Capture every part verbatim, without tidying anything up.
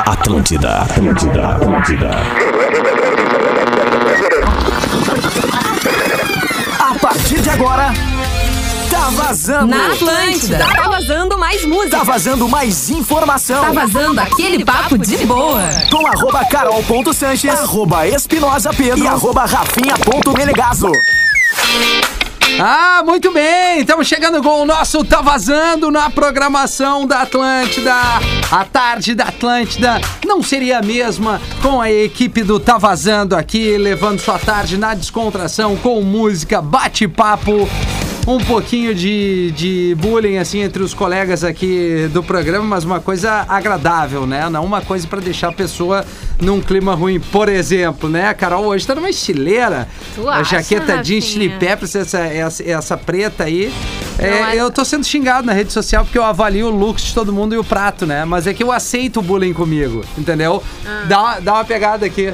Atlântida, Atlântida, Atlântida. A partir de agora, tá vazando. Na Atlântida. Tá vazando mais música. Tá vazando mais informação. Tá vazando aquele papo de boa. Com arroba carol.sanches, arroba espinosa pedro e arroba rafinha.menegaso. Ah, muito bem, estamos chegando com o nosso Tá Vazando na programação da Atlântida. A tarde da Atlântida não seria a mesma com a equipe do Tá Vazando aqui, levando sua tarde na descontração com música, bate-papo, um pouquinho de, de bullying assim entre os colegas aqui do programa, mas uma coisa agradável, né? Não uma coisa pra deixar a pessoa num clima ruim. Por exemplo, né? A Carol hoje tá numa estileira. Tu a acha, jaqueta jeans, chili peppers, essa, essa, essa preta aí. É, eu tô sendo xingado na rede social porque eu avalio o look de todo mundo e o prato, né? Mas é que eu aceito o bullying comigo, entendeu? Ah. Dá, dá uma pegada aqui.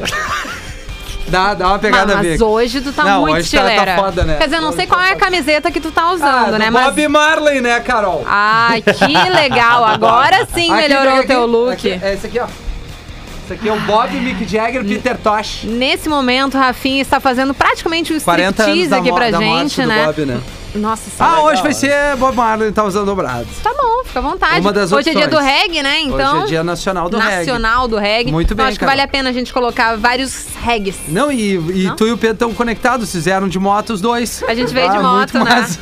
Dá, dá uma pegada mas, a ver. Mas hoje tu tá não, muito hoje estileira. Tá, tá foda, né? Quer dizer, eu não sei qual é a camiseta que tu tá usando, ah, né? Bob mas... Marley, né, Carol? Ai, que legal. Agora sim aqui, melhorou aqui, o teu look. Aqui, é esse aqui, ó. Esse aqui é o Bob, Mick Jagger e Peter Tosh. Nesse momento, Rafinha está fazendo praticamente um striptease aqui pra da gente, né? Bob, né? Nossa, Ah, legal, hoje vai né? ser Bob Marley, tá usando dobrados. Tá bom, fica à vontade. Uma das hoje opções. é dia do reggae, né? Então, hoje é dia nacional do reggae. Nacional do reggae. Muito bem, então, acho que Carol. vale a pena a gente colocar vários reggaes. Não, e, e Não? tu e o Pedro estão conectados, fizeram de moto os dois. A gente veio ah, de moto, muito né? mais.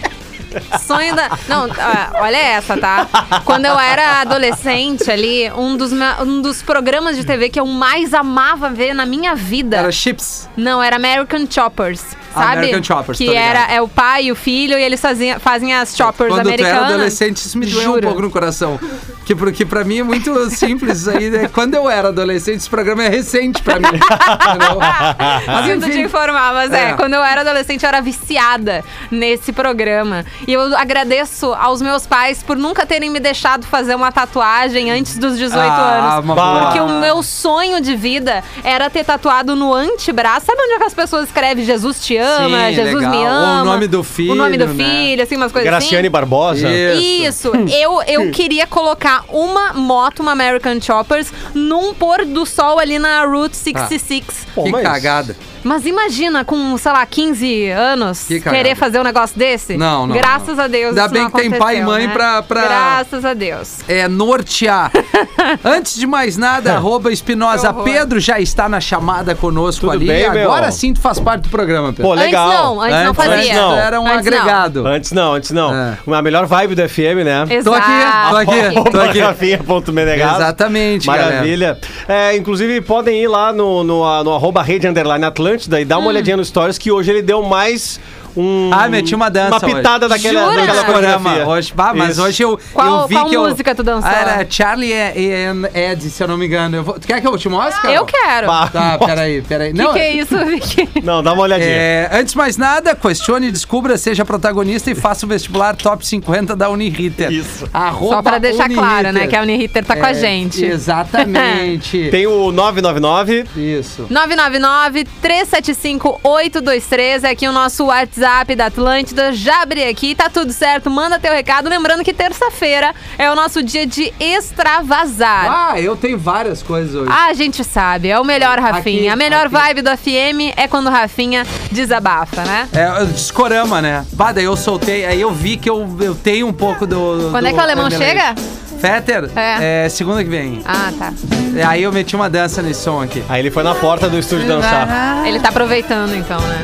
Sonho da... Não, ah, olha essa, tá? Quando eu era adolescente ali, um dos, me- um dos programas de T V que eu mais amava ver na minha vida... Era Chips. Não, era American Choppers, sabe? American Choppers, Que tô ligado. era é o pai e o filho e eles faziam, fazem as choppers Quando americanas. tu era adolescente, isso me doeu um Juro. pouco no coração. Que, porque pra mim é muito simples isso aí, né? Quando eu era adolescente, esse programa é recente pra mim. Entendeu? Mas Sinto enfim. te informar, mas é. É. quando eu era adolescente eu era viciada nesse programa. E eu agradeço aos meus pais por nunca terem me deixado fazer uma tatuagem antes dos dezoito Ah, anos. uma boa. Porque o meu sonho de vida era ter tatuado no antebraço. Sabe onde é que as pessoas escrevem Jesus te ama, Sim, Jesus legal. me Ou ama? o nome do filho, O nome do né? filho, assim, umas coisas Graciane assim. Barbosa. Isso. Isso, eu, eu queria colocar uma moto, uma American Choppers, num pôr do sol ali na Route sessenta e seis. Pô, Que mas- cagada. Mas imagina, com, sei lá, quinze anos, Que cagada. querer fazer um negócio desse? Não, não, Graças não. a Deus, Ainda isso bem não que tem pai e aconteceu, mãe né? pra- pra- Graças a Deus. É nortear. Antes de mais nada, arroba Espinosa Que horror. Pedro já está na chamada conosco Tudo ali. bem, meu? Agora sim tu faz parte do programa, Pedro. Pô, legal. Antes não, antes, não fazia. Antes tu era um Antes não. agregado. Antes não, antes não. É. A melhor vibe do F M, né? Tô aqui, tô aqui, tô aqui. Rafinha.menegaso. Exatamente, Maravilha. É, inclusive, podem ir lá no, no, no arroba rede underline Atlântida e dar uma Hum. olhadinha no Stories, que hoje ele deu mais um... Ah, meti uma dança Uma pitada hoje. daquela, Jura? daquela programa coreografia. hoje. Bah, mas Isso. hoje eu, Qual- eu vi qual que eu... música tu dançou? Ah, era Charlie and Ed, se eu não me engano. Eu vou... Tu quer que eu te mostre, Carol? Eu quero. Bah, Tá, peraí, peraí. O que, Não, que é isso, Vicky? Não, dá uma olhadinha. É, antes de mais nada, questione, descubra, seja protagonista e faça o vestibular top cinquenta da Uniriter. Isso. Arroba Só pra deixar Uniriter. claro, né, que a Uniriter tá com a É, gente. Exatamente. Tem o nove nove nove. Isso. nove nove nove, três sete cinco, oito dois três é aqui o nosso WhatsApp da Atlântida. Já abri aqui, tá tudo certo, manda teu recado. Lembrando que terça-feira é o nosso dia de extravasar. Ah, eu tenho várias coisas hoje. A gente sabe, é o melhor Rafinha. Aqui, a melhor aqui. vibe do F M é quando o Rafinha desabafa, né? É, o discorama, né? Bah, daí eu soltei, aí eu vi que eu, eu tenho um pouco do... Quando do é que o alemão Vanderlei. chega? Fetter? É. É segunda que vem. Ah, tá. Aí eu meti uma dança nesse som aqui. Aí ele foi na porta do estúdio dançar. Ele tá aproveitando então, né?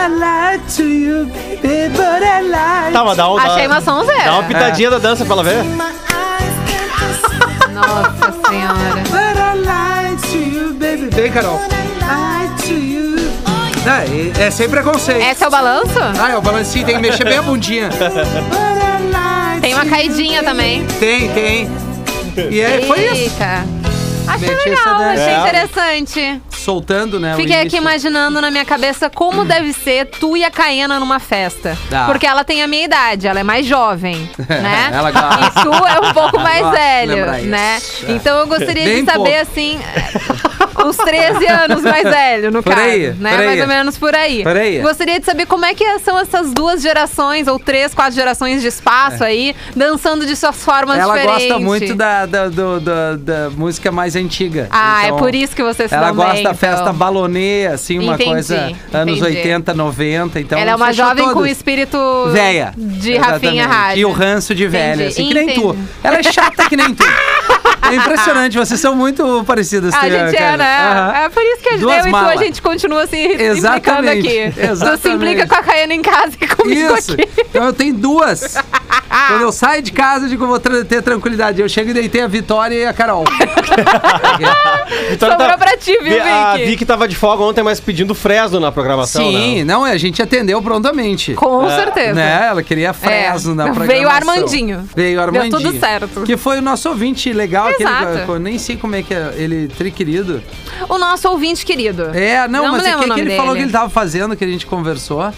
Tá, mas dá um, Achei dá, uma sonzeira. dá uma pitadinha da dança pra ela ver. Nossa senhora. Vem, Carol. É, é sem preconceito. Esse é o balanço? Ah, é o balancinho, tem que mexer bem a bundinha. Tem uma caidinha também. Tem, tem. E é, foi isso. Eita. Achei Meti legal, essa dança. achei É. interessante. Soltando, né? o Fiquei aqui início. imaginando na minha cabeça como deve ser tu e a Caena numa festa. Ah. Porque ela tem a minha idade, ela é mais jovem, né? Ela gosta. E tu é um pouco mais gosta de velho, lembrar isso. né? É. Então eu gostaria Bem de saber, pouco. assim... Uns treze anos mais velho, no Por caso. aí, né? por aí. Mais ou menos por aí. Por aí. Gostaria de saber como é que são essas duas gerações, ou três, quatro gerações de espaço aí, dançando de suas formas Ela diferentes. gosta muito da, da, do- do- da música mais antiga. Ah, Então, é por isso que você se ela dão gosta bem, da festa então. balonê, assim, uma Entendi, coisa anos entendi. oitenta, noventa. Então, Ela é uma fechou jovem com todas. espírito Véia. de Rafinha Exatamente. Rádio. E o ranço de velha, Entendi, assim, que nem tu. entendi. Ela é chata que nem tu. É impressionante, vocês são muito parecidas. A tu e gente é, Carla. né? Aham. É por isso que a gente, Duas eu e tu, a malas. gente continua se implicando Exatamente, aqui. Tu se exatamente. implica com a Caiana em casa e comigo Isso. aqui. Então eu tenho duas. Quando eu saio de casa, eu digo, vou tra- ter tranquilidade. Eu chego e deitei a Vitória e a Carol. Vitória Sobrou pra ti, viu, Vi- A Vicky? Vicky tava de folga ontem, mas pedindo Fresno na programação, Sim, né? não, a gente atendeu prontamente. Com É, certeza. Né? Ela queria Fresno É. na Veio programação. o Armandinho. Veio o Deu Armandinho. tudo certo. Que foi o nosso ouvinte legal. Exato. Aquele, eu nem sei como é que é ele, tri querido. O nosso ouvinte querido. É, não, Não mas me é lembro que, o que nome ele falou que dele. ele tava fazendo, que a gente conversou.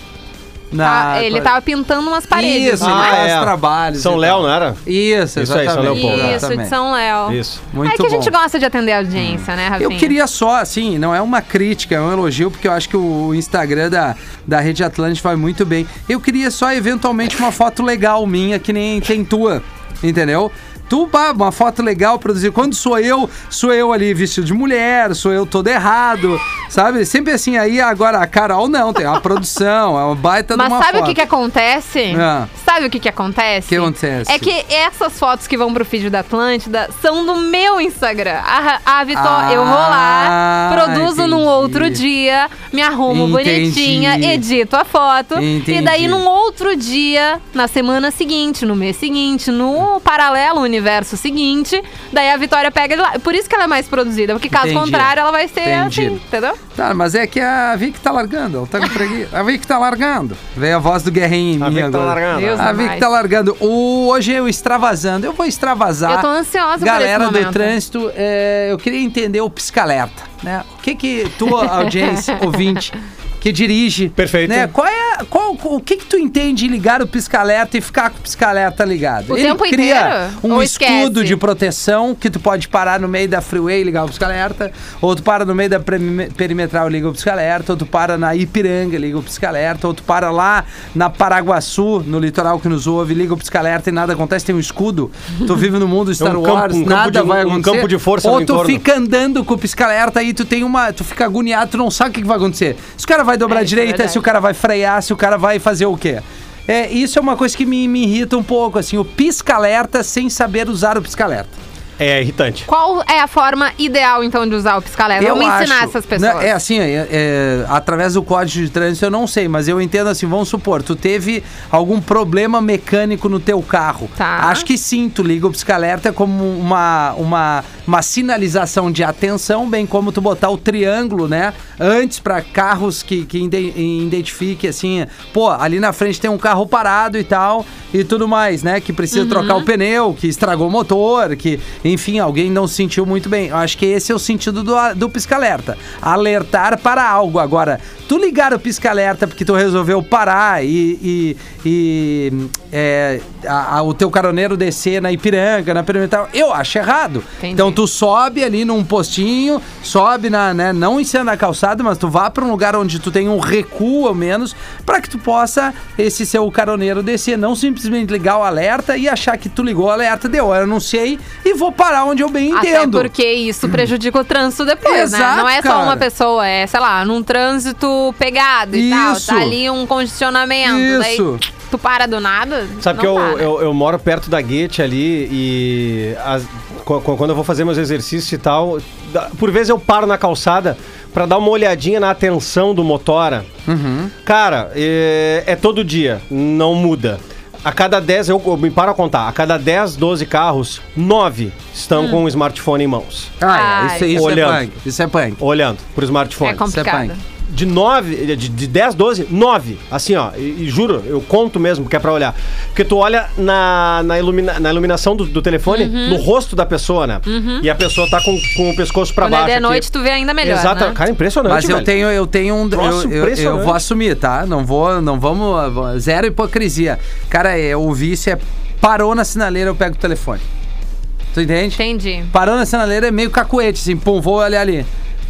Ah, Na, ele tava pintando umas paredes. Isso, né? ele Ah, faz é. trabalhos. São e Léo, tal. não era? Isso, Isso aí, São exatamente. Leopoldo. Isso, de exatamente. São Léo. Isso. Muito é que a gente bom. gosta de atender a audiência, né, Rafinha? Eu queria só, assim, não é uma crítica, é um elogio, porque eu acho que o Instagram da, da Rede Atlântica vai muito bem. Eu queria só, eventualmente, uma foto legal minha, que nem tem tua, entendeu? Tu, pá, uma foto legal produzir. Quando sou eu, sou eu ali vestido de mulher, sou eu todo errado, sabe? Sempre assim, aí agora a Carol não, tem uma produção, é uma baita Mas de uma sabe foto. o que que acontece? Ah. Sabe o que que acontece? O que acontece? É que essas fotos que vão pro feed da Atlântida são do meu Instagram. A, a Vitória, Ah, eu vou lá, produzo num entendi. outro dia, me arrumo Entendi. bonitinha, edito a foto. Entendi. E daí, num outro dia, na semana seguinte, no mês seguinte, no paralelo universo seguinte, daí a Vitória pega de lá. Por isso que ela é mais produzida, porque caso Entendi. contrário, ela vai ser Entendi. assim, entendeu? Tá, mas é que a Vicky tá largando, ela tá com preguiça. A Vicky tá largando. Veio a voz do Guerrinho em A mim Vicky tá agora. largando. Deus A é Vicky mais. tá largando. O, hoje eu extravasando. Eu vou extravasar. Eu tô ansiosa por Galera esse do momento. trânsito, é, eu queria entender o pisca-alerta, né? O que que tua audiência, ouvinte, que dirige... Perfeito. Né? Qual é, qual, o que que tu entende em ligar o pisca-alerta e ficar com o pisca-alerta ligado? O Ele tempo cria inteiro? um Ou escudo esquece? de proteção que tu pode parar no meio da freeway e ligar o pisca-alerta, ou tu para no meio da premi- perimetral e liga o pisca-alerta, ou tu para na Ipiranga e liga o pisca-alerta, ou tu para lá na Paraguaçu, no litoral que nos ouve, liga o pisca-alerta e nada acontece, tem um escudo. Tu vive no mundo Star um campo- Wars, um campo nada de- vai um acontecer. campo de força ou no tu entorno. fica andando com o pisca-alerta aí, tu tem uma, tu fica agoniado, tu não sabe o que, que vai acontecer. Se o cara vai dobrar É, à isso é direita, verdade. se o cara vai frear, se o cara vai fazer o quê? É, isso é uma coisa que me, me irrita um pouco, assim, o pisca-alerta sem saber usar o pisca-alerta. É irritante. Qual é a forma ideal, então, de usar o pisca-alerta? Vamos ensinar acho- essas pessoas. Não, é assim, é, é, através do código de trânsito eu não sei, mas eu entendo assim, vamos supor, tu teve algum problema mecânico no teu carro. Tá. Acho que sim, tu liga o pisca-alerta como uma, uma, uma sinalização de atenção, bem como tu botar o triângulo, né? Antes para carros que, que ide- identifique assim, pô, ali na frente tem um carro parado e tal, e tudo mais, né? Que precisa trocar o pneu, que estragou o motor, que, enfim, alguém não se sentiu muito bem. Eu acho que esse é o sentido do, do pisca-alerta. Alertar para algo. Agora, tu ligar o pisca-alerta porque tu resolveu parar e, e, e é, a- a- o teu caroneiro descer na Ipiranga, na perimetral, eu acho errado. Entendi. Então tu sobe ali num postinho, sobe na, né, não em cima da calçada, mas tu vá para um lugar onde tu tem um recuo ao menos, para que tu possa esse seu caroneiro descer, não simplesmente ligar o alerta e achar que tu ligou o alerta, deu, eu anunciei e vou parar onde eu bem Até entendo. porque isso prejudica o trânsito depois, né? Exato, Não é só cara. uma pessoa, é, sei lá, num trânsito pegado e Isso. tal. Tá ali um condicionamento. Isso. Daí tu para do nada. Sabe não que eu, tá, né? eu, eu moro perto da Guete ali e as- qu- qu- quando eu vou fazer meus exercícios e tal, da- por vezes eu paro na calçada pra dar uma olhadinha na atenção do motora. Uhum. Cara, é, é todo dia, não muda. A cada dez, eu, eu me paro a contar, a cada dez, doze carros, nove estão com o smartphone em mãos. Ah, é, isso, isso é Olhando. punk. Isso é punk. Olhando pro smartphone. É complicado. punk. De nove, de, de dez, doze, nove. Assim, ó, e, e juro, eu conto mesmo, porque é pra olhar. Porque tu olha na, na, ilumina, na iluminação do, do telefone, no rosto da pessoa, né? E a pessoa tá com, com o pescoço pra Quando baixo. é de aqui. noite, tu vê ainda melhor, Exato. né? Cara, impressionante, Mas eu velho. tenho, eu tenho um. Troço Eu, eu, eu impressionante. vou assumir, tá? Não vou, não vamos. Zero hipocrisia. Cara, é, o vício é parou na sinaleira, eu pego o telefone. Tu entende? Entendi. Parou na sinaleira é meio cacuete, assim, pum, vou olhar ali.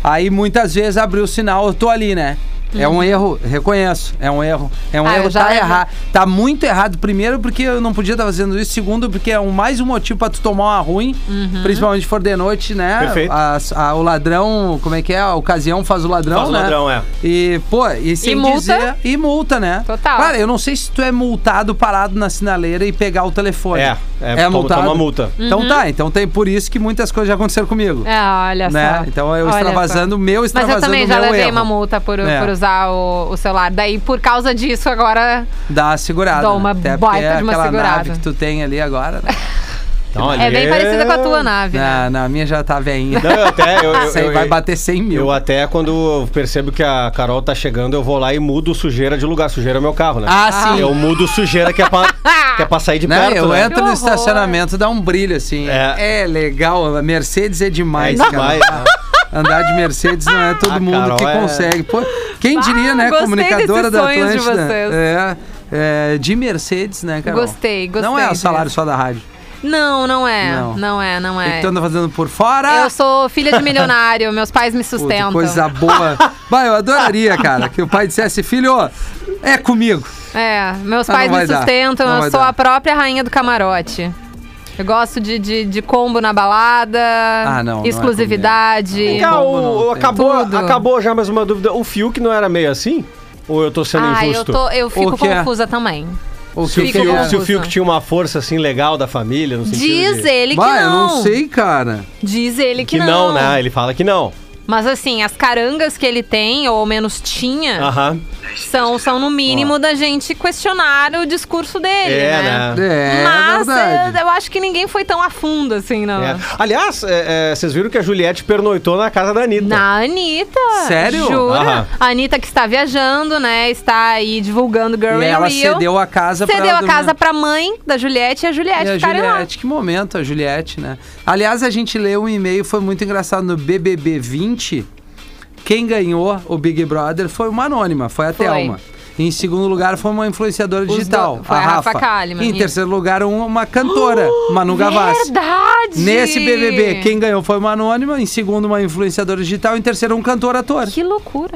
Aí muitas vezes abriu o sinal, eu tô ali, né? É um erro, reconheço, é um erro. É um Ah, eu erro, já- tá eu já- errado. Tá muito errado. Primeiro, porque eu não podia estar fazendo isso. Segundo, porque é um, mais um motivo pra tu tomar uma ruim. Principalmente se for de noite, né? Perfeito. A- a- o ladrão, como é que é? A ocasião faz o ladrão, Faz o né? ladrão, é. E, pô, e sem multa? dizer... E multa, né? Total. Cara, eu não sei se tu é multado parado na sinaleira e pegar o telefone. É, é, toma- toma multa. Então tá, então tem por isso que muitas coisas já aconteceram comigo. É, olha Né? só. Então eu Olha extravasando o meu, Mas eu extravasando também o já meu levei erro. uma multa por, É. por usar o, o celular. Daí, por causa disso, agora... Dá uma segurada. Dá uma né? Até baita porque é de uma aquela segurada. nave que tu tem ali agora, né? Então, É bem parecida com a tua nave, né? Na, na minha já tá veinha. Não, eu até. Eu, eu, Isso aí eu- vai bater cem mil. Eu até, quando eu percebo que a Carol tá chegando, eu vou lá e mudo sujeira de lugar. Sujeira é meu carro, né? Ah, sim. Eu mudo sujeira que é pra, que é pra sair de Né? perto, Eu né? entro Que no horror. estacionamento, dá um brilho assim. É. É, legal. A Mercedes é demais, É cara. demais, né? Andar de Mercedes não é todo A mundo Carol que é- consegue. Pô, quem diria, Ah, né? gostei Comunicadora desses da sonhos de Atlântida. vocês. É, é, de Mercedes, né, Carol? Gostei, gostei Não é o disso. salário só da rádio. Não, não é. Não. Não, é, não O que é. tu anda fazendo por fora? Eu sou filha de milionário, meus pais me Puta, sustentam. coisa boa. Bah, eu adoraria, cara, que o pai dissesse, filho, é comigo. É, meus Ah, pais não me vai dar. sustentam, Não eu vai sou dar. a própria rainha do camarote. Eu gosto de, de, de combo na balada, Ah, não, não é exclusividade. comigo. Vem cá, Como o- não? o- acabou, Tudo. acabou já mais uma dúvida. O Fiuk não era meio assim? Ou eu tô sendo Ah, eu, injusto? tô, eu fico O que é? confusa também. O Se o, Fico que Fiuk, é? se o confusa. Fiuk tinha uma força assim legal da família, no sentido Diz de... ele que Bah, eu não. não sei, cara. Diz ele que, Que não, né? Ele fala que não. Mas assim, as carangas que ele tem, ou ao menos tinha, Aham. são, são no mínimo da gente questionar o discurso dele, É, né? né? É, Mas verdade. é, eu acho que ninguém foi tão a fundo assim, não. É. Aliás, é, é, vocês viram que a Juliette pernoitou na casa da Anitta. Na Anitta. Sério? Jura? Aham. A Anitta que está viajando, né? Está aí divulgando Girl E in ela Rio. cedeu a casa pra Cedeu ela a dormir. casa pra mãe da Juliette e a Juliette E a ficarem lá. Juliette, que momento, a Juliette, né? Aliás, a gente leu um e-mail, foi muito engraçado, no B B B vinte, quem ganhou o Big Brother foi uma anônima, foi a Foi. Thelma. Em segundo lugar foi uma influenciadora Os digital, do- foi a a Rafa Rafa. Kalimann, Em isso. terceiro lugar, uma, uma cantora, Manu Gavassi. Verdade! Nesse B B B, quem ganhou foi uma anônima, em segundo uma influenciadora digital, em terceiro um cantor-ator. Que loucura.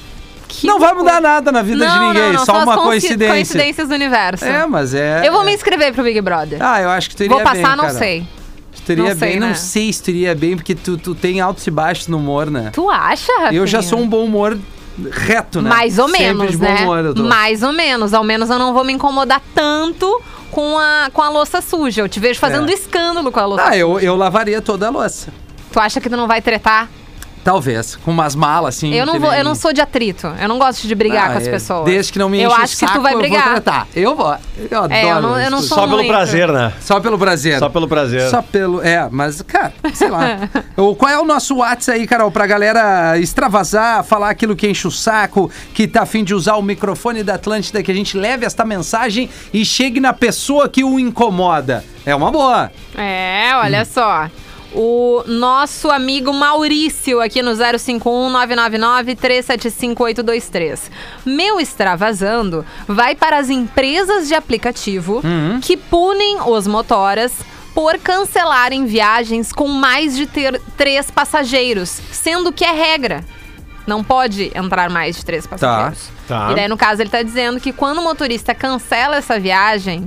Que Não vai loucura. mudar nada na vida não, de ninguém, não, não, só as uma coinci- coincidência. coincidências do universo. É, mas é... Eu vou me inscrever pro Big Brother. Ah, eu acho que tu iria vou passar, bem, não cara. sei. Tu teria Não sei, bem, né? não sei se tu iria bem, porque tu, tu tem altos e baixos no humor, né? Tu acha, Rafinha? Eu já sou um bom humor reto, né? Mais ou Sempre menos, de bom né? humor eu tô. Mais ou menos. Ao menos eu não vou me incomodar tanto com a, com a louça suja. Eu te vejo fazendo É. escândalo com a louça Ah, suja. eu, eu lavaria toda a louça. Tu acha que tu não vai tretar? Talvez, com umas malas assim. Eu não, que vou, nem- eu não sou de atrito. Eu não gosto de brigar Ah, com as é. pessoas. Desde que não me enche Eu o acho que saco, tu vai eu vou brigar. tratar. Eu vou. Eu adoro. É, eu não- eu não isso. sou Só pelo muito. prazer, né? Só pelo prazer. Só pelo prazer. Só pelo. É, mas, cara, sei lá. O- Qual é o nosso WhatsApp aí, Carol, pra galera extravasar, falar aquilo que enche o saco, que tá afim de usar o microfone da Atlântida, que a gente leve esta mensagem e chegue na pessoa que o incomoda. É uma boa. É, olha só. O nosso amigo Maurício aqui no zero cinco um nove nove nove três sete cinco oito dois três. Meu extravasando vai para as empresas de aplicativo que punem os motoras por cancelarem viagens com mais de ter três passageiros, sendo que é regra. Não pode entrar mais de três passageiros. tá. E daí, no caso, ele tá dizendo que quando o motorista cancela essa viagem,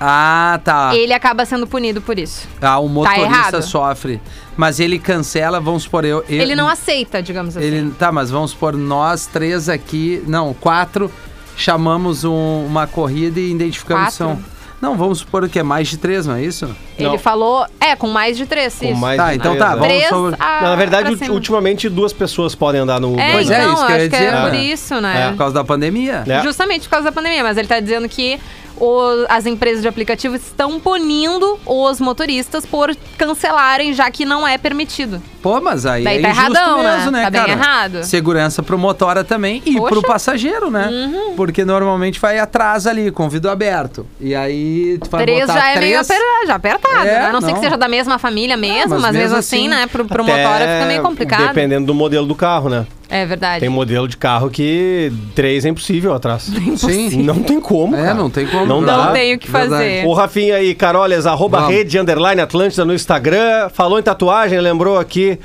Ah, tá. ele acaba sendo punido por isso. Ah, o motorista errado. sofre. Mas ele cancela, vamos supor, eu. eu Ele não aceita, digamos assim. Ele, tá, mas vamos supor, nós três aqui, não, quatro, chamamos um- uma corrida e identificamos Quatro? são. Não, vamos supor que é mais de três, não é isso? Ele Não. falou, é, com mais de três, Com isso. mais Tá, de então três, tá, né? vamos Três sobre- a- Na verdade, pra ulti- cima. ultimamente duas pessoas podem andar no É, Pois é, então, isso que eu acho ia que dizer, é por né? isso, né? Por causa da pandemia. É. Justamente por causa da pandemia, mas ele tá dizendo que o- as empresas de aplicativo estão punindo os motoristas por cancelarem, já que não é permitido. Pô, mas aí Daí é tá injusto erradão, né? mesmo, né, Tá bem cara? errado. Segurança pro motora também e Poxa. pro passageiro, né? Porque normalmente vai atrás ali, com o vidro aberto. E aí tu vai Três botar já é três... meio aper- já apertado, É, né? A não, ser não. que seja da mesma família mesmo, mas mas, mesmo mesmo assim, assim, né? Pro, pro Até motora fica meio complicado. Dependendo do modelo do carro, né? É verdade. Tem modelo de carro que três é impossível atrás. Sim. Não tem como, É, cara. não tem como. Não Não dá. tem o que Verdade. fazer. O Rafinha aí, Caroles, arroba Vamos. rede, underline Atlântida no Instagram. Falou em tatuagem, lembrou aqui aqui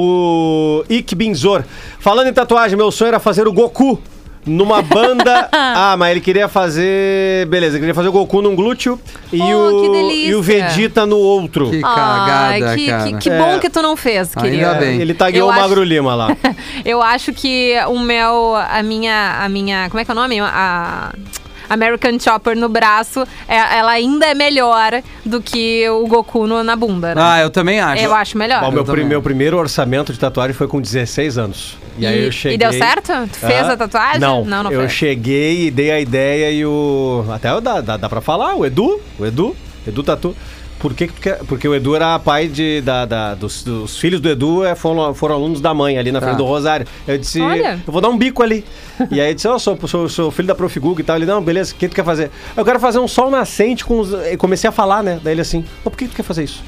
o Ik Binzor. Falando em tatuagem, meu sonho era fazer o Goku numa banda. Ah, mas ele queria fazer. Beleza, ele queria fazer o Goku num glúteo e, Oh, que o, delícia. e o Vegeta no outro. Que Ai, cagada, que, cara. que, que É. bom que tu não fez, Ainda querido. bem. Ele tagueou Eu o Magro acho- Lima lá. Eu acho que o mel, a minha, a minha, como é que é o nome? A American Chopper no braço, é- ela ainda é melhor do que o Goku no- na bunda, né? Ah, eu também acho. Eu acho melhor. Bom, meu, também. pri- meu primeiro orçamento de tatuagem foi com dezesseis anos. E, aí eu cheguei. e deu certo? Tu fez Ah, a tatuagem? Não, não, não eu fez. cheguei e dei a ideia e o... Até eu dá, dá, dá pra falar, o Edu, o Edu, Edu Tatu. Por que que tu quer? Porque o Edu era pai de, da, da- dos, dos filhos do Edu, é, foram, foram alunos da mãe ali na frente Tá. do Rosário. Eu disse, Olha. eu vou dar um bico ali. E aí eu disse, ó, sou, sou, sou filho da Profiguga e tal. Ele, não, beleza, o que tu quer fazer? Eu quero fazer um sol nascente com os... Eu comecei a falar, né? Daí ele assim, "Pô, por que tu quer fazer isso?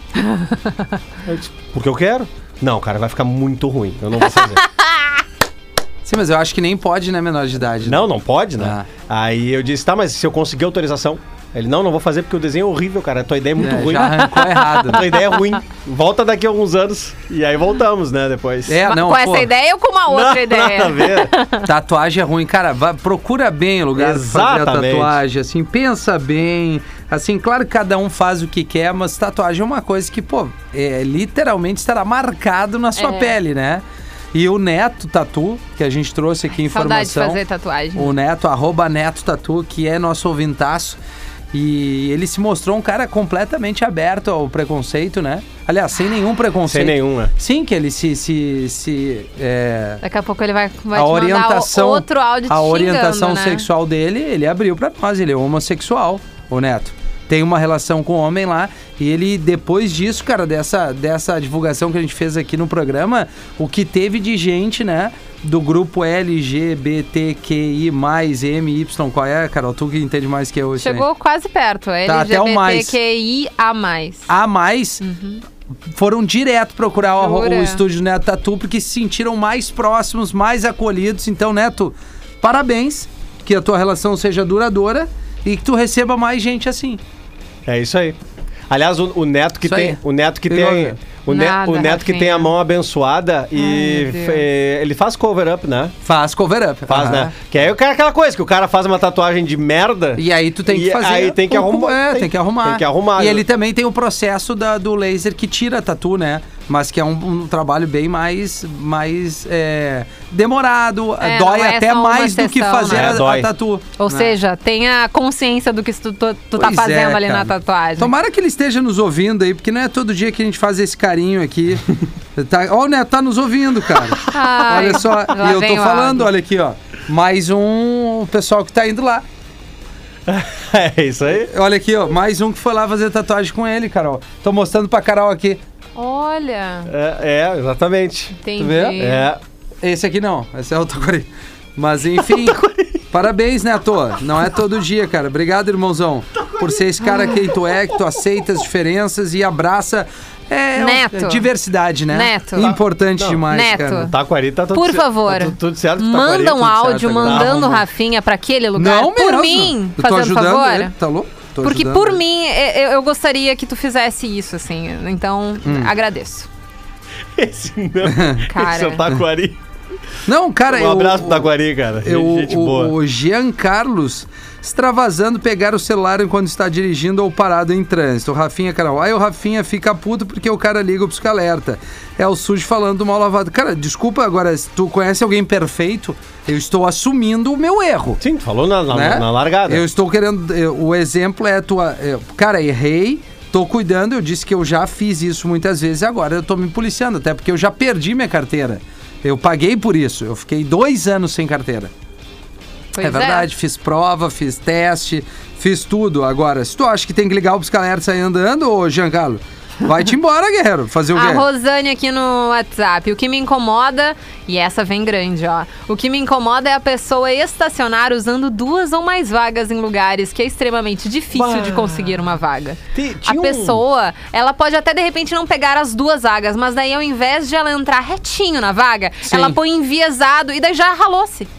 Eu disse, porque eu quero. Não, cara, vai ficar muito ruim, eu não vou fazer. Sim, mas eu acho que nem pode, né, menor de idade. Não, não pode, né? Aí eu disse, tá, mas se eu conseguir autorização? Ele, não, não vou fazer porque o desenho é horrível, cara. A tua ideia é muito É, ruim. já arrancou errado. A tua ideia é ruim. Volta daqui a alguns anos. E aí voltamos, né, depois. É, não, com essa pô, ideia ou com uma outra Não, ideia? nada a ver. tatuagem é ruim. Cara, vai- procura bem o lugar pra fazer a Exatamente. tatuagem, assim, pensa bem. Assim, claro que cada um faz o que quer, mas tatuagem é uma coisa que, pô, é, literalmente estará marcado na sua É. pele, né? E o Neto Tatu, que a gente trouxe aqui Saudade de informação. fazer tatuagem. O Neto, arroba Neto Tatu, que é nosso ouvintaço. E ele se mostrou um cara completamente aberto ao preconceito, né? Aliás, sem nenhum preconceito. Sem nenhum, né? Sim, que ele se... se, se é, Daqui a pouco ele vai, vai a te orientação, mandar o- outro áudio te a orientação xingando, né? sexual dele, ele abriu pra nós. Ele é homossexual, o Neto. Tem uma relação com o homem lá. E ele, depois disso, cara, dessa, dessa divulgação que a gente fez aqui no programa, o que teve de gente, né? Do grupo L G B T Q I mais, M Y, qual é, Carol? Tu que entende mais que eu. isso aí. Chegou quase perto. Tá, até o mais. L G B T Q I A mais. A mais, foram direto procurar o, Jura? o estúdio Neto Tatu, porque se sentiram mais próximos, mais acolhidos. Então, Neto, parabéns, que a tua relação seja duradoura e que tu receba mais gente assim. É isso aí. Aliás, o, o Neto que Isso tem... aí. O Neto que Que tem... houve? O, ne, Nada, o Neto que Rafinha. tem a mão abençoada e Ai, meu Deus. fe- ele faz cover-up, né? Faz cover-up. Faz, Aham. né? Que aí o cara, aquela coisa, que o cara faz uma tatuagem de merda. E aí tu tem que E fazer. aí tem que um- arrumar- É, tem, tem- que arrumar. tem que arrumar, E né? ele também tem o processo da- do laser que tira a tatu, né? Mas que é um, um trabalho bem mais, mais é, demorado. É, dói não é até só uma mais do que sessão, fazer né? a, É, dói. a tatu. Ou né? seja, tenha consciência do que tu, tu, tu tá Pois fazendo é, ali cara. na tatuagem. Tomara que ele esteja nos ouvindo aí, porque não é todo dia que a gente faz esse carinho aqui. tá, ó, o Neto tá nos ouvindo, cara. Ai, Olha só, lá e eu vem tô o falando, áudio. olha aqui, ó. Mais um pessoal que tá indo lá. É isso aí. Olha aqui, ó. Mais um que foi lá fazer tatuagem com ele, Carol. Tô mostrando pra Carol aqui. Olha, É, é, exatamente. entendi. vê? É. Esse aqui não, esse é o Tacori. Mas enfim, parabéns, Neto. Não é todo dia, cara. Obrigado, irmãozão, por ser esse cara que tu é, que tu aceita as diferenças e abraça é, Neto. é diversidade, né? Neto. Importante Não. demais, Neto. cara. Taquari tá tudo Por cer- favor, tá tudo, tudo certo. com Taquari, manda um tudo certo áudio agora. mandando o Tá, Rafinha pra aquele lugar. Não por mesmo. mim, Eu tô fazendo ajudando favor. ele, tá louco? Tô Porque ajudando por ele. mim, eu, eu gostaria que tu fizesse isso, assim. Então, Hum. agradeço. Esse não. Cara. Esse é o Taquari. Não, cara, Um eu... abraço pro Taquari, cara. Eu, Gente o, boa. o Jean Carlos extravasando pegar o celular enquanto está dirigindo ou parado em trânsito. O Rafinha, Carol. Aí o Rafinha fica puto porque o cara liga o pisca-alerta. É o sujo falando do mal lavado. Cara, desculpa agora, se tu conhece alguém perfeito, eu estou assumindo o meu erro. Sim, tu falou na, na, Né? na largada. Eu estou querendo. eu- O exemplo é tua. eu- cara, errei. Tô cuidando, eu disse que eu já fiz isso muitas vezes, agora eu tô me policiando, até porque eu já perdi minha carteira. Eu paguei por isso, eu fiquei dois anos sem carteira. Pois é verdade, fiz prova, fiz teste, fiz tudo. Agora, se tu acha que tem que ligar o pisca-alerta e sair andando, ô Giancarlo, vai-te embora, guerreiro. Fazer o A quê? Rosane aqui no WhatsApp. O que me incomoda, e essa vem grande, ó. O que me incomoda é a pessoa estacionar usando duas ou mais vagas em lugares que é extremamente difícil Bah. de conseguir uma vaga. Ti- A tinha um- pessoa, ela pode até de repente não pegar as duas vagas, mas daí ao invés de ela entrar retinho na vaga, Sim. ela põe enviesado e daí já ralou-se.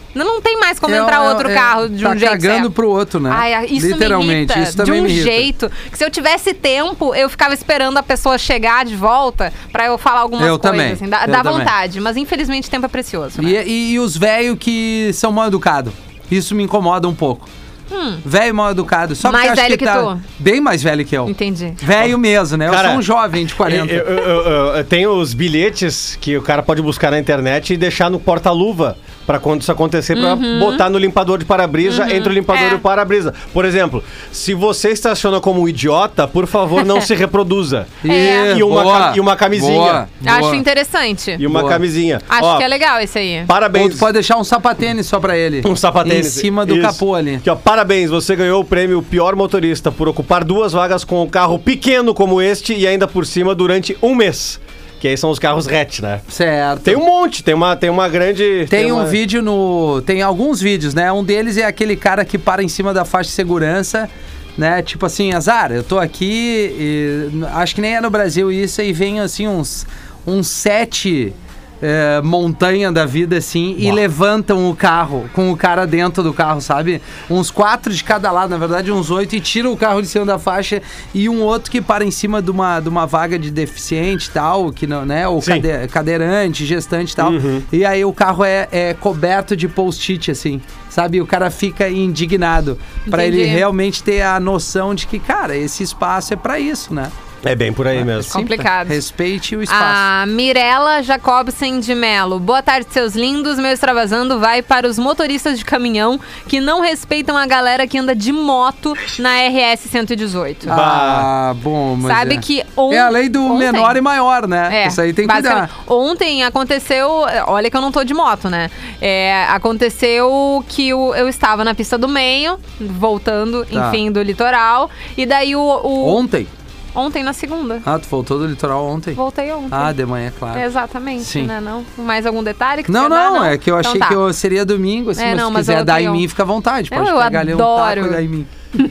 Não, não tem mais como É, entrar é, outro é, carro de tá um jeito cagando certo. pro outro, né? Ai, isso Literalmente, me irrita isso também de um me irrita. jeito que se eu tivesse tempo, eu ficava esperando a pessoa chegar de volta pra eu falar algumas Eu coisas. também, Assim, dá eu dá também. vontade, mas infelizmente tempo é precioso. Né? E, e, e os velhos que são mal educados. Isso me incomoda um pouco. Hum. Velho mal educado. Só Mais porque acho velho que, que tá tu. bem mais velho que eu. Entendi. Velho mesmo, né? Cara, eu sou um jovem de quarenta. Eu, eu, eu, eu, eu tenho os bilhetes que o cara pode buscar na internet e deixar no porta-luva pra quando isso acontecer, pra botar no limpador de para-brisa, entre o limpador É. e o para-brisa. Por exemplo, se você estaciona como um idiota, por favor, não se reproduza. É. E uma, boa, ca- e uma camisinha. boa, Acho boa. interessante. E uma Boa. camisinha. Acho Ó, que é legal esse aí. Ou Parabéns. tu pode deixar um sapatênis só pra ele. Um sapatênis. Em cima do Isso. capô ali. Aqui, ó, parabéns, você ganhou o prêmio Pior Motorista por ocupar duas vagas com um carro pequeno como este e ainda por cima durante um mês. Que aí são os carros hatch, né? Certo. Tem um monte, tem uma, tem uma grande... Tem um uma... vídeo no... Tem alguns vídeos, né? Um deles é aquele cara que para em cima da faixa de segurança, né? Tipo assim, azar, eu tô aqui e... Acho que nem é no Brasil isso, e vem assim uns... Uns sete... é, montanha da vida, assim, e levantam o carro com o cara dentro do carro, sabe? Uns quatro de cada lado, na verdade, uns oito, e tiram o carro de cima da faixa, e um outro que para em cima de uma, de uma vaga de deficiente e tal, que não, né? Ou Sim. cade- cadeirante, gestante e tal. E aí o carro é, é coberto de post-it, assim, sabe? O cara fica indignado, pra ele Entendi. realmente ter a noção de que, cara, esse espaço é pra isso, né? É bem por aí mesmo. Sim, Complicado. Respeite o espaço. A Mirella Jacobsen de Melo. Boa tarde, seus lindos. Meu extravasando vai para os motoristas de caminhão que não respeitam a galera que anda de moto na R S cento e dezoito. Ah, bom, mas Sabe é. que on- É a lei do ontem- menor e maior, né? É, Isso aí tem que basicamente. cuidar. Ontem aconteceu, olha que eu não tô de moto, né? É, aconteceu que o- eu estava na pista do meio, voltando, Tá. enfim, do litoral. E daí o. o- Ontem? Ontem na segunda. Ah, tu voltou do litoral ontem? Voltei ontem. Ah, de manhã, claro. Exatamente, Sim. né? Não? Mais algum detalhe que tu Não, quer dar? não, é que eu achei Então tá. que eu seria domingo, assim, É, mas não, se mas quiser eu dar em tenho- mim, fica à vontade. Pode Eu pegar ali um adoro. taco e dar em mim.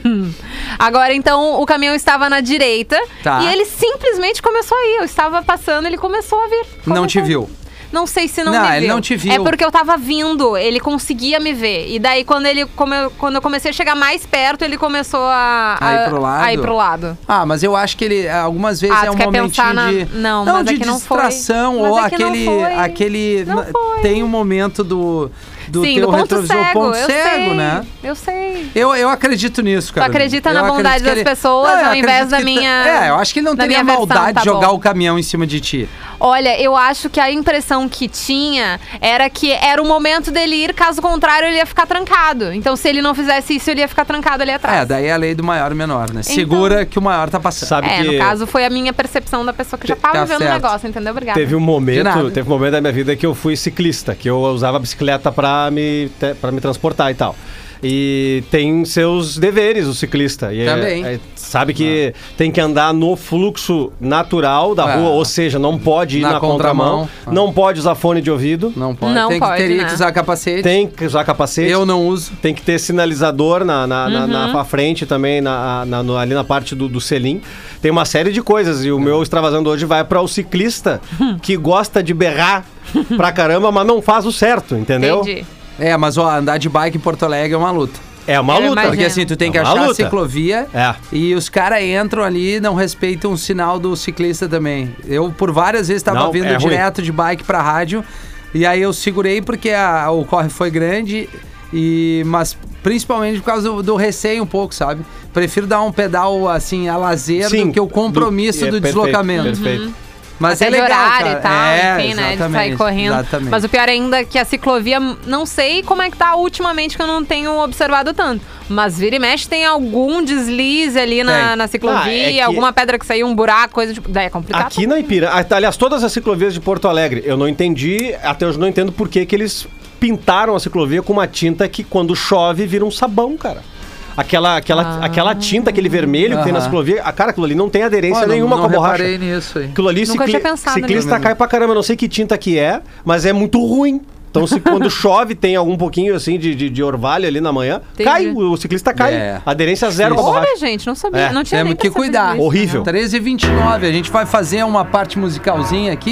Agora, então, o caminhão estava na direita Tá. e ele simplesmente começou a ir. Eu estava passando, ele começou a vir. Não te Começou. viu. Não sei se não, Não, me ele viu. não te viu. É porque eu tava vindo, ele conseguia me ver. E daí, quando ele como eu, quando eu comecei a chegar mais perto, ele começou a, A ir pro lado? a ir pro lado. Ah, mas eu acho que ele, algumas vezes Ah, é tu um quer momentinho pensar na- de... Não, mas de é que não foi. distração, Mas ou é que não aquele... foi. aquele Não foi. Tem um momento do, do Sim, teu do ponto retrovisor cego. ponto eu cego, sei, né? Eu sei. Eu, eu acredito nisso, Tu cara. acredita Eu na bondade acredito que das pessoas, eu ao invés acredito da que minha- tá- É, eu acho que ele não da teria minha versão, maldade tá de jogar bom. o caminhão em cima de ti. Olha, eu acho que a impressão que tinha era que era o momento dele ir, caso contrário, ele ia ficar trancado. Então, se ele não fizesse isso, ele ia ficar trancado ali atrás. É, daí é a lei do maior e menor, né? Então- Segura que o maior tá passando. Sabe É, que no caso, foi a minha percepção da pessoa que já Te- tava tá vivendo o certo. negócio, entendeu? Obrigada. teve um De momento, nada. teve um momento da minha vida que eu fui ciclista, que eu usava a bicicleta pra me, te- pra me transportar e tal. E tem seus deveres o ciclista. E é- Também. é- sabe que tem que andar no fluxo natural da Ah. rua, ou seja, não pode ir Na na, contramão, contramão. Ah. não pode usar fone de ouvido, Não pode. Não tem pode, que, teria né? que usar capacete. tem que usar capacete. Eu não uso. Tem que ter sinalizador na, na, na- Uhum. na, na frente também, na, na- no- ali na parte do, do selim. Tem uma série de coisas. E o meu extravasando hoje vai para o ciclista que gosta de berrar pra caramba, mas não faz o certo, entendeu? Entendi. É, mas ó, andar de bike em Porto Alegre é uma luta. É uma Eu luta. imagino. Porque assim, tu tem que É uma achar a luta. ciclovia É. e os caras entram ali e não respeitam o sinal do ciclista também. Eu, por várias vezes, tava Não, vindo é ruim. direto de bike pra rádio e aí eu segurei porque a- o corre foi grande, e, mas principalmente por causa do, do receio um pouco, sabe? Prefiro dar um pedal assim a lazer do que o compromisso do, é, perfeito, deslocamento. Perfeito. Mas Até é legal, de horário cara. e tal, é, enfim, né? De sair exatamente, correndo. Exatamente. Mas o pior ainda é que a ciclovia, não sei como é que tá ultimamente, que eu não tenho observado tanto. Mas vira e mexe tem algum deslize ali na, Tem. na ciclovia, Ah, é que- alguma pedra que saiu, um buraco, coisa tipo. Daí é complicado. Aqui na Ipiranga, aliás, todas as ciclovias de Porto Alegre, eu não entendi, até hoje não entendo por que que eles pintaram a ciclovia com uma tinta que quando chove vira um sabão, cara. Aquela, aquela, Ah. aquela tinta, aquele vermelho que tem na Aham. ciclovia, a cara, aquilo ali não tem aderência Olha, nenhuma não com a borracha. reparei nisso aí. Aquilo ali, Nunca cicli- tinha pensado ciclista nisso. cai pra caramba, eu não sei que tinta que é, mas é muito ruim. Então, se quando chove, tem algum pouquinho assim de, de, de orvalho ali na manhã, Entendi. cai, o, o ciclista cai. É. Aderência zero com a borracha. Olha, gente, não sabia. É, Não tinha nem Temos que percebido cuidar. isso, Horrível. né? treze e vinte e nove, a gente vai fazer uma parte musicalzinha aqui.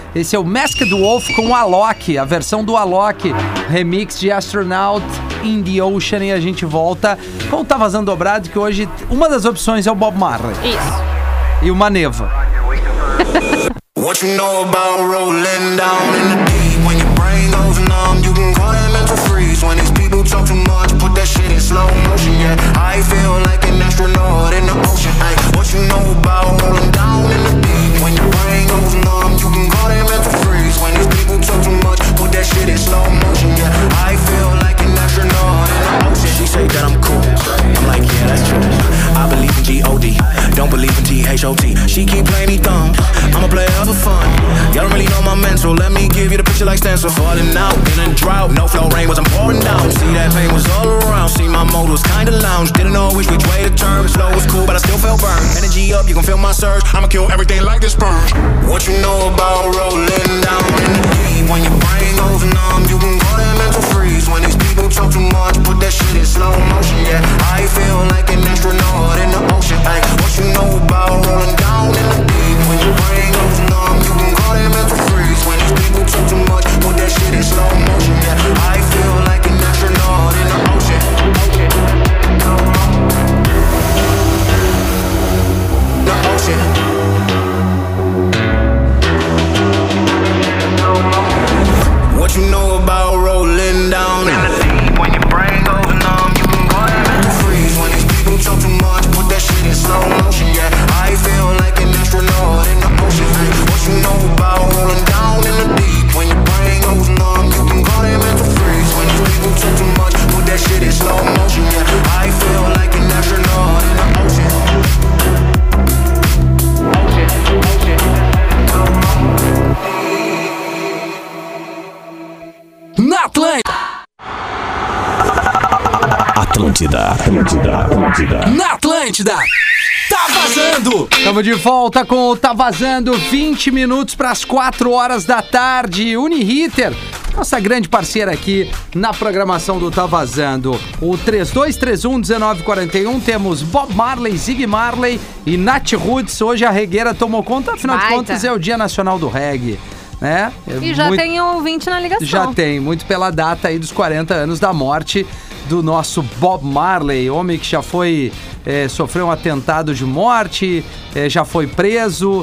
Esse é o Masked Wolf com o Alok, a versão do Alok, remix de Astronaut in the Ocean. E a gente volta com o Tá Vazando Dobrado, que hoje uma das opções é o Bob Marley. Isso. E o Maneva. What you know about rolling down in the deep? When your brain goes numb, you can call that mental freeze. When these people talk too much, put that shit in slow motion. Yeah, I feel like an astronaut in the ocean. Ay, what you know about rolling down in the deep? When your brain goes numb, you can call that mental freeze. When these people talk too much, put that shit in slow motion. Yeah, I feel like an astronaut in the ocean. She say that I'm cool. I'm like, yeah, that's true. I believe in G O D, don't believe in T H O T. She keep playing me dumb, I'm a player for fun. Y'all don't really know my mental, let me give you the picture like stencil. Falling out in a drought, no flow rain wasn't pouring down. See that pain was all around, see my mode was kinda lounge. Didn't know which which way to turn, slow was cool but I still felt burned. Energy up, you can feel my surge, I'ma kill everything like this burn. What you know about rolling down in the deep? When your brain goes numb, you can call that mental freeze. When these people talk too much, put that shit in slow motion. Yeah, I feel like an astronaut in the ocean. Ay, what you know about rolling down in the deep? When your brain goes numb, you can call that mental freeze. When these people talk too much, put that shit in slow motion. Yeah, I feel like an astronaut in the ocean. The ocean. What you know about rolling down in the deep? When your brain goes numb, you can call that mental freeze. When these people talk too much, put that shit in slow motion. Yeah, I feel like an astronaut in the ocean. Ay, what you know about rolling down in the deep? When your brain goes numb, you can call that mental freeze. When these people talk too much, put that shit in slow motion. Yeah, I feel like an astronaut in the ocean. Ocean, ocean. Na Atlântida. Atlântida, Atlântida, Atlântida. Na Atlântida. Tá vazando! Estamos de volta com o Tá Vazando, vinte minutos para as quatro horas da tarde. Uniriter, nossa grande parceira aqui na programação do Tá Vazando. O três dois três um, um nove quatro um, temos Bob Marley, Zig Marley e Nat Roots. Hoje a regueira tomou conta, afinal Baita. de contas é o Dia Nacional do Reggae, né? É E já muito... tem ouvinte na ligação. Já tem, muito pela data aí dos quarenta anos da morte do nosso Bob Marley, homem que já foi, é, sofreu um atentado de morte, é, já foi preso,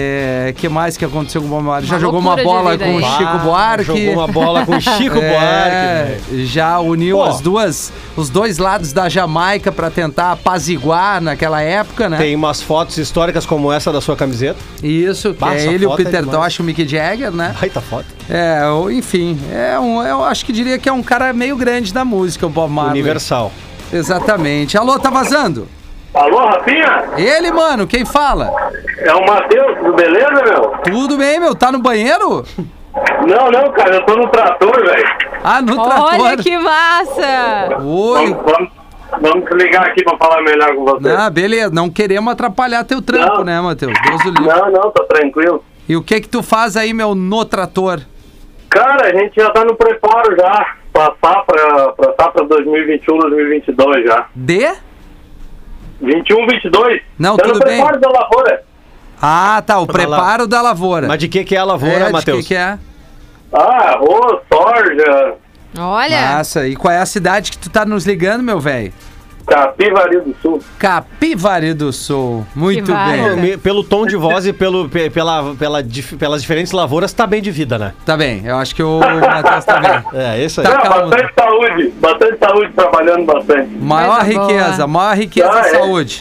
é, que mais que aconteceu com o Bob Marley? Já Uma jogou uma loucura de bola vida com o aí. Chico Ah, Buarque. Jogou uma bola com o Chico É, Buarque. velho. já uniu Pô. as duas, os dois lados da Jamaica pra tentar apaziguar naquela época, né? Tem umas fotos históricas como essa da sua camiseta. Isso, que Bah, é essa ele, o foto é Peter demais. Tosh e o Mick Jagger, né? Baita foto. É, o- enfim, é um, eu acho que diria que é um cara meio grande da música, o Bob Marley. Universal. Exatamente. Alô, Tá Vazando? Alô, Rafinha? Ele, mano, quem fala? É o Matheus, tudo beleza, meu? Tudo bem, meu? Tá no banheiro? Não, não, cara, eu tô no trator, velho. Ah, no Olha trator. que massa! Oi. Vamos, vamos, vamos ligar aqui pra falar melhor com você. Ah, beleza. Não queremos atrapalhar teu trampo, Não. né, Matheus? Deus o livre. Não, não, tá tranquilo. E o que que tu faz aí, meu, no trator? Cara, a gente já tá no preparo já, pra safra, pra safra dois mil e vinte e um, dois mil e vinte e dois já. De? vinte e um, vinte e dois? Não, tá tudo no preparo bem. da lavoura. Ah, tá. O Vai lá. preparo da lavoura. Mas de que que é a lavoura, é, de Matheus? que que é? Ah, arroz, soja, Olha! Massa. E qual é a cidade que tu tá nos ligando, meu velho? Capivari do Sul. Capivari do Sul. Muito Que bem. massa. Me- Pelo tom de voz e pelo, pe- pela, pela, dif- pelas diferentes lavouras, tá bem de vida, né? Tá bem. Eu acho que o Matheus tá bem. É, isso aí. Tá. Não, calma. bastante saúde, bastante saúde, trabalhando bastante. Maior Coisa boa. riqueza, maior riqueza Ah, é é. saúde.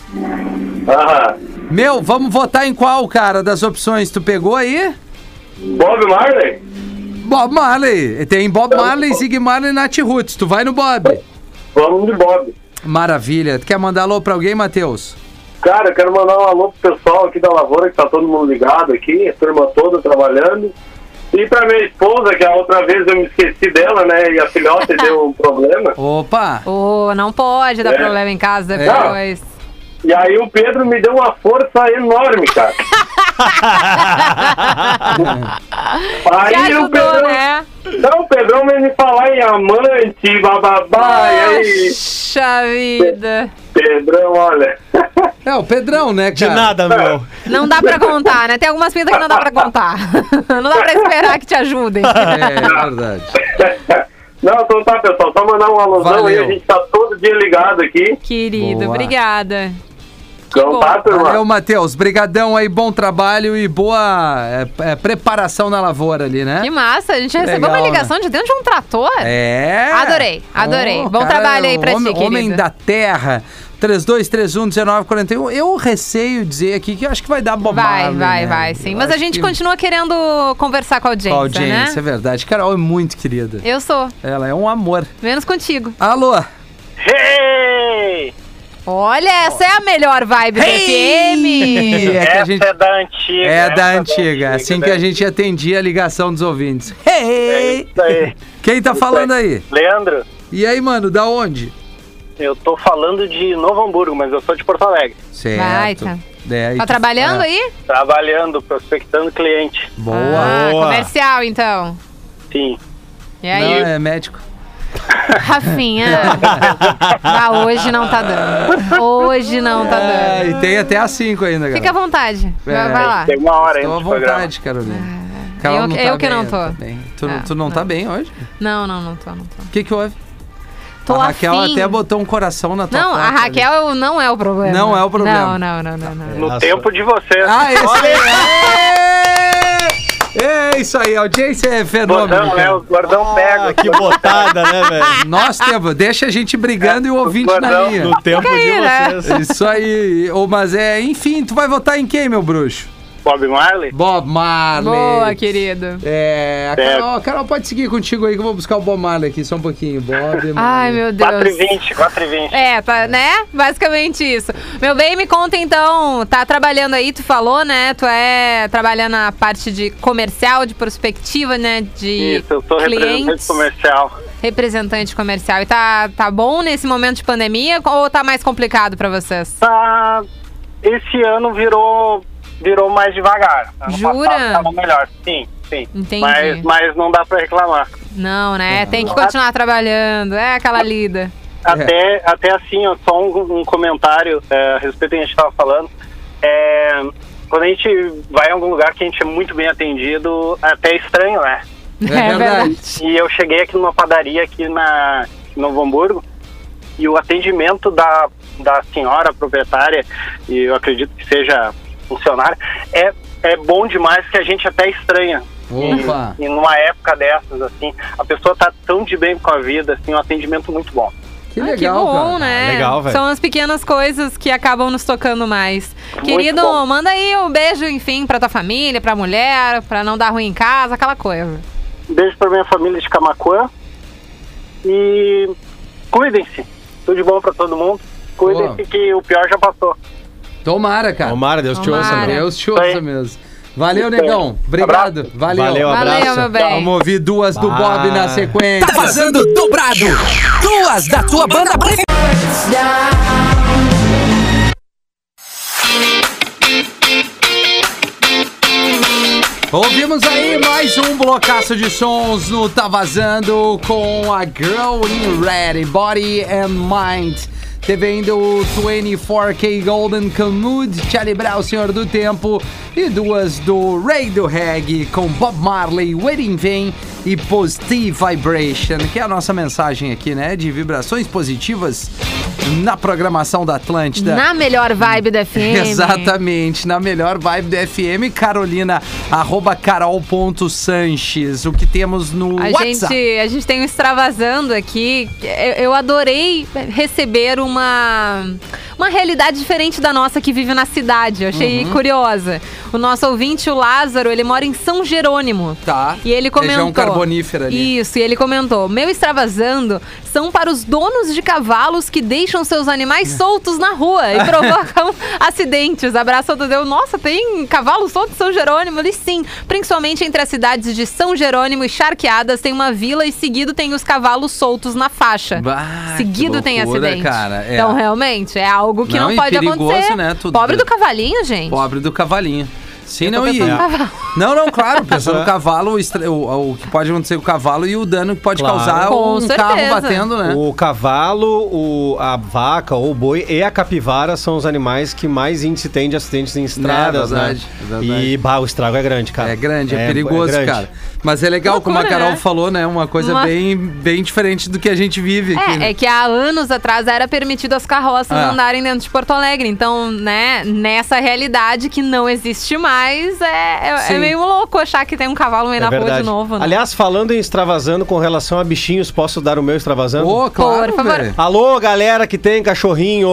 Ah, Meu, vamos votar em qual, cara, das opções? Tu pegou aí? Bob Marley? Bob Marley. Tem Bob Marley, Zig Marley e Nat Roots. Tu vai no Bob. Vamos de Bob. Maravilha. Tu quer mandar alô pra alguém, Matheus? Cara, eu quero mandar um alô pro pessoal aqui da Lavoura, que tá todo mundo ligado aqui, a turma toda trabalhando. E pra minha esposa, que a outra vez eu me esqueci dela, né, e a filhota deu um problema. Opa! Oh, não pode dar É. problema em casa É. depois. E aí o Pedro me deu uma força enorme, cara. Te Aí o ajudou, Pedrão... né? Não, o Pedrão veio me falar em amante, bababá, e aí... Puxa vida. Pedrão, olha. É, o Pedrão, né, De cara? nada, meu. Não dá pra contar, né? Tem algumas pintas que não dá pra contar. Não dá pra esperar que te ajudem. É, é verdade. Não, então tá, pessoal. Só mandar um alusão aí. Valeu. A gente tá todo dia ligado aqui. Querido, Boa. obrigada. Que Então bom. tá, turma. Valeu, Matheus. Brigadão aí, bom trabalho e boa é, é, preparação na lavoura ali, né? Que massa, a gente recebeu Legal, uma ligação de dentro de um trator. É. Adorei, adorei. Bom trabalho aí pra ti, homem, querido. Homem da terra. três dois três um, um nove quatro um. Eu receio dizer aqui que eu acho que vai dar bobagem. Vai, vai, né? vai, sim. Eu Mas a acho gente que- continua querendo conversar com a audiência, Com a audiência, né? é verdade. Carol é muito querida. Eu sou, Ela é um amor. menos contigo. Alô? Hey! Olha, essa é a melhor vibe do F M. É que a Essa gente... é da antiga. É essa da antiga, assim que a né? gente atendia a ligação dos ouvintes. É Hey! isso aí. Quem tá falando aí? Leandro, E aí, mano, da onde? eu tô falando de Novo Hamburgo, mas eu sou de Porto Alegre. Certo. Vai, tá. É, aí Tá tu- trabalhando ah, aí? Trabalhando, prospectando cliente. Boa. Ah, Boa. comercial, então. Sim. E aí, Não, é médico. Rafinha? Ah, hoje não tá dando. Hoje não tá É, dando. e tem até às cinco ainda, cara. Fica à vontade. Vai, É. vai lá. Tem uma hora Estou à ainda de programa. vontade, Carolina. eu- Carol não eu tá que bem, não tô. tá bem. Tu, não- Ah, tu não, tá não. bem hoje? Não, não, não tô, não tô. O que que houve? Tô a Raquel afim. até botou um coração na tua Não, a foto ali. Raquel não é o problema. Não é o problema. Não, não, não, não, não. No Nossa. tempo de vocês. Ah, esse é... É isso aí, a audiência é fenômeno. Gordão, né? cara. O gordão pega. Ah, que botada, né, velho? Nós temos, deixa a gente brigando e o ouvinte na Gordão. linha. No tempo Fica aí, né? de vocês. Isso aí, ô, mas é, enfim, tu vai votar em quem, meu bruxo? Bob Marley. Bob Marley. Boa, querido. É, a Carol, a Carol pode seguir contigo aí que eu vou buscar o Bob Marley aqui só um pouquinho. Bob Marley. Ai, meu Deus. quatro e vinte, quatro e vinte. É, tá, né? Basicamente isso. Meu bem, me conta então, tá trabalhando aí, tu falou, né? Tu é trabalhando na parte de comercial, de prospectiva, né? De Isso, eu sou representante clientes, comercial. representante comercial. E tá, tá bom nesse momento de pandemia ou tá mais complicado pra vocês? Tá, esse ano virou, virou mais devagar. Ano Jura? passado tava melhor, sim, sim. Entendi. Mas, mas não dá pra reclamar. Não, né? Tem que continuar trabalhando. É aquela lida. Até, até assim, ó, só um, um comentário é, a respeito do que a gente estava falando. É, quando a gente vai em algum lugar que a gente é muito bem atendido, até é estranho, né? É verdade. E eu cheguei aqui numa padaria aqui na em Novo Hamburgo e o atendimento da, da senhora proprietária, e eu acredito que seja funcionária, é, é bom demais que a gente até estranha. Opa. E, e numa época dessas, assim, a pessoa tá tão de bem com a vida, assim, um atendimento muito bom. Que Ah, legal, que bom, cara. né? Legal, velho. São as pequenas coisas que acabam nos tocando mais. Muito Querido, bom. manda aí um beijo, enfim, pra tua família, pra mulher, pra não dar ruim em casa, aquela coisa. Beijo pra minha família de Camaquã. E cuidem-se. Tudo de bom pra todo mundo. Cuidem-se Boa. que o pior já passou. Tomara, cara. Tomara, Deus te ouça, Tomara. meu. Deus te ouça Aí. mesmo. Valeu, negão. Obrigado. Valeu. Valeu, abraço. Valeu, meu bem. Vamos ouvir duas do Bah. Bob na sequência. Tá vazando dobrado. Duas da tua banda preferida. Ouvimos aí mais um blocaço de sons no Tá Vazando com a Girl in Red, Body and Mind. Teve ainda o vinte e quatro K Golden Camude, Charlie Brown, Senhor do Tempo, e duas do Ray do Reggae com Bob Marley, Waiting Vain e Positive Vibration, que é a nossa mensagem aqui, né, de vibrações positivas na programação da Atlântida. Na melhor vibe da F M. Exatamente, na melhor vibe do F M, Carolina, arroba carol.sanches, o que temos no A WhatsApp. gente, a gente tem um extravasando aqui. Eu, eu adorei receber uma, uma realidade diferente da nossa que vive na cidade. Eu achei Uhum. curiosa. O nosso ouvinte, o Lázaro, ele mora em São Jerônimo. Tá. E ele comentou. Região carbonífera ali. Isso, e ele comentou: meu extravasando são para os donos de cavalos que deixam seus animais soltos na rua e provocam acidentes. Abraço a todos. Eu, nossa, tem cavalo solto em São Jerônimo? Ele sim, principalmente entre as cidades de São Jerônimo e Charqueadas, tem uma vila e seguido tem os cavalos soltos na faixa. Bah, seguido que tem loucura, acidente. cara. É. Então, realmente, é algo que Não, não, e pode perigoso, acontecer. né, tudo- Pobre do cavalinho, gente. Pobre do cavalinho. Sim, Eu tô não, e... pensando no cavalo. Não, não, claro, pensando É. no cavalo, o, estra- o, o que pode acontecer com o cavalo e o dano que pode Claro. causar Com um certeza. carro batendo, né? O cavalo, o, a vaca ou o boi e a capivara são os animais que mais índice tem de acidentes em estradas, É verdade, né? é verdade. E bah, o estrago é grande, cara. É grande, é, perigoso, grande. cara. Mas é legal, Loucura, como a Carol né? falou, né? Uma coisa Uma- bem, bem diferente do que a gente vive aqui. É, né? é que há anos atrás era permitido as carroças Ah. andarem dentro de Porto Alegre. Então, né, nessa realidade que não existe mais, é, é, Sim. é meio louco achar que tem um cavalo meio É na rua verdade. de novo, né? Aliás, falando em extravasando com relação a bichinhos, posso dar o meu extravasando? Ô, claro, Por favor. velho. Alô, galera que tem cachorrinho.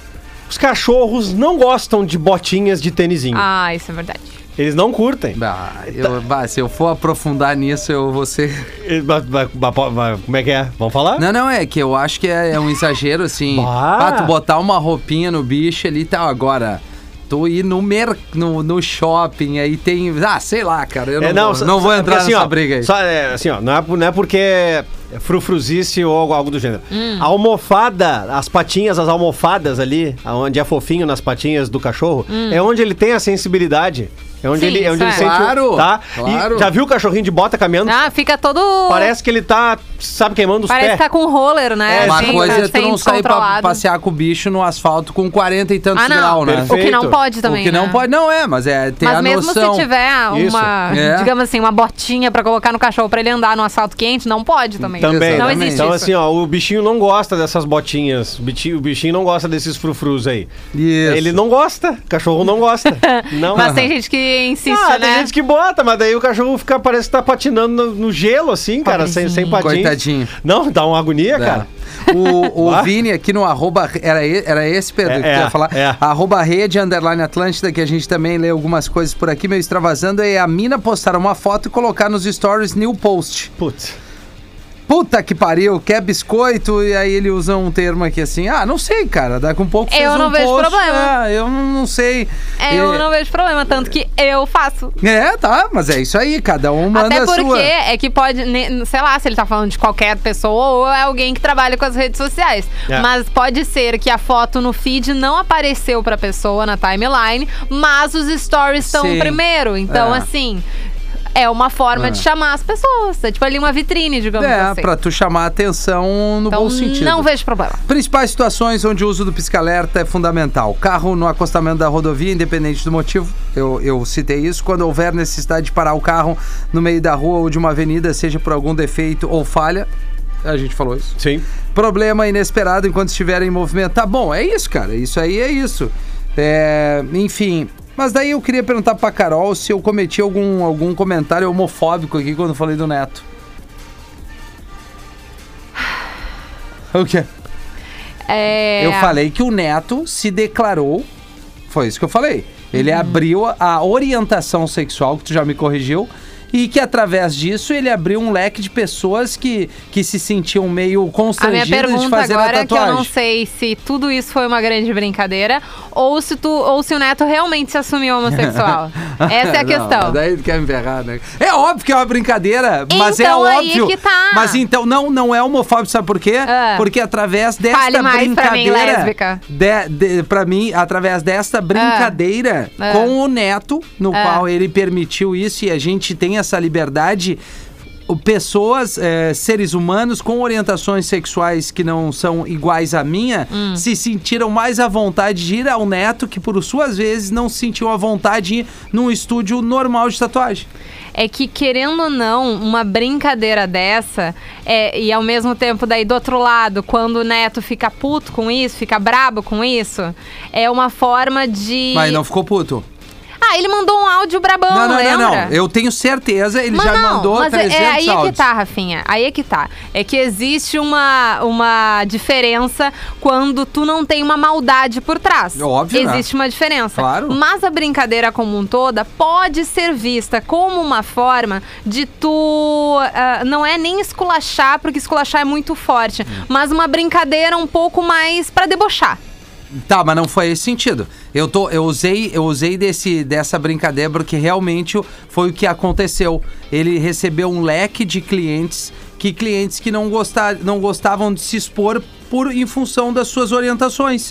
Os cachorros não gostam de botinhas de tênisinho. Ah, isso é verdade. Eles não curtem. Bah, eu, bah, se eu for aprofundar nisso, eu vou ser... Eles- vai- vai- vai- vai- Como é que é? Vamos falar? Não, não, é que eu acho que é, é um exagero, assim. Bah. Pra tu botar uma roupinha no bicho ali e tal. Agora, tu ir no, mer no, no shopping, aí tem... Ah, sei lá, cara, eu não, É, não, vou, só- não vou só- entrar porque, assim, nessa ó, briga aí. Só, é, assim, ó, não é, por- não é porque é frufruzice ou algo, algo do gênero. Hum. A almofada, as patinhas, as almofadas ali, onde é fofinho nas patinhas do cachorro, é onde ele tem a sensibilidade. É onde Sim, ele, é onde isso ele é. sente. o- Claro, Tá? claro. E já viu o cachorrinho de bota caminhando? Ah, fica todo... Parece que ele tá, sabe, queimando os Parece pés. que tá com roller, né? É, Uma Assim, coisa tá é tu não sem sair pra controlado. passear com o bicho no asfalto com quarenta e tantos Ah, não. graus, né? O que não Perfeito. pode também, O que não né? pode, não é, mas é ter Mas a mesmo noção. se tiver Isso. uma, É. digamos assim, uma botinha pra colocar no cachorro pra ele andar no asfalto quente, não pode também. Também. Não Exatamente. existe Então, isso. assim, ó, o bichinho não gosta dessas botinhas. O bichinho, o bichinho não gosta desses frufrus aí. Isso. Ele não gosta. O cachorro não gosta. Não. Mas tem gente que insiste, Ah, né? tem gente que bota, mas daí o cachorro fica, parece que tá patinando no, no gelo, assim, cara, sem, sem patins. Coitadinho. Não, dá uma agonia, cara. O, o Vá. Vini aqui no arroba, era, e- era esse, Pedro, É, que tu é, ia falar? é. Arroba rede, underline Atlântida, que a gente também lê algumas coisas por aqui, meio extravasando, é a mina postar uma foto e colocar nos stories new post. Putz. Puta que pariu, quer biscoito? E aí ele usa um termo aqui assim, ah, não sei, cara, daqui um pouco Eu fez não um vejo post, problema. é, eu não, não sei. É, eu É, não vejo problema, tanto que eu faço. É, tá, mas é isso aí, cada um manda Até a porque sua. é que pode, ne- sei lá, se ele tá falando de qualquer pessoa ou é alguém que trabalha com as redes sociais. É. Mas pode ser que a foto no feed não apareceu pra pessoa na timeline, mas os stories estão Sim. primeiro. Então, É. assim, é uma forma É. de chamar as pessoas. É tipo ali uma vitrine, digamos É, assim. pra tu chamar a atenção no Então, bom sentido. não vejo problema. Principais situações onde o uso do pisca-alerta é fundamental. Carro no acostamento da rodovia, independente do motivo. Eu, eu citei isso. Quando houver necessidade de parar o carro no meio da rua ou de uma avenida, seja por algum defeito ou falha. A gente falou isso. Sim. Problema inesperado enquanto estiver em movimento. Tá bom, é isso, cara. Isso aí é isso. É, enfim. Mas daí eu queria perguntar pra Carol se eu cometi algum, algum comentário homofóbico aqui quando eu falei do Neto. O quê? É... Eu falei que o Neto se declarou. Foi isso que eu falei. Ele Uhum. abriu a orientação sexual, que tu já me corrigiu, e que através disso ele abriu um leque de pessoas que, que se sentiam meio A minha constrangidas de pergunta fazer a agora é que eu tatuagem. não sei se tudo isso foi uma grande brincadeira ou se, tu, ou se o Neto realmente se assumiu homossexual. Essa é a Não, questão. daí tu quer me ferrar, né? É óbvio que é uma brincadeira, mas Então, é aí óbvio. que tá. Mas então, não, não é homofóbico, sabe por quê? Ah. Porque através desta Fale mais pra mim, brincadeira. lésbica. De, de, pra mim, através desta brincadeira Ah. com o Neto, no Ah. qual ele permitiu isso e a gente tem essa liberdade. O- Pessoas, eh, seres humanos com orientações sexuais que não são iguais à minha, Hum. se sentiram mais à vontade de ir ao Neto, que por suas vezes não se sentiam à vontade de ir num estúdio normal de tatuagem. É que, querendo ou não, uma brincadeira dessa, é, e ao mesmo tempo daí do outro lado, quando o Neto fica puto com isso, fica brabo com isso, é uma forma de... Mas não ficou puto. Ah, ele mandou um áudio brabão, não, não, lembra? não, não. Eu tenho certeza, ele Mas já não, mandou mas é- trezentos é aí é que áudios. tá, Rafinha. Aí é que tá. É que existe uma, uma diferença quando tu não tem uma maldade por trás. Óbvio, né? Existe uma diferença. Claro. Mas a brincadeira como um toda pode ser vista como uma forma de tu... ah, não é nem esculachar, porque esculachar é muito forte. Hum. Mas uma brincadeira um pouco mais pra debochar. Tá, mas não foi esse sentido. Eu, tô, eu usei, eu usei desse, dessa brincadeira porque realmente foi o que aconteceu. Ele recebeu um leque de clientes, que clientes que não, gostar, não gostavam de se expor por, em função das suas orientações.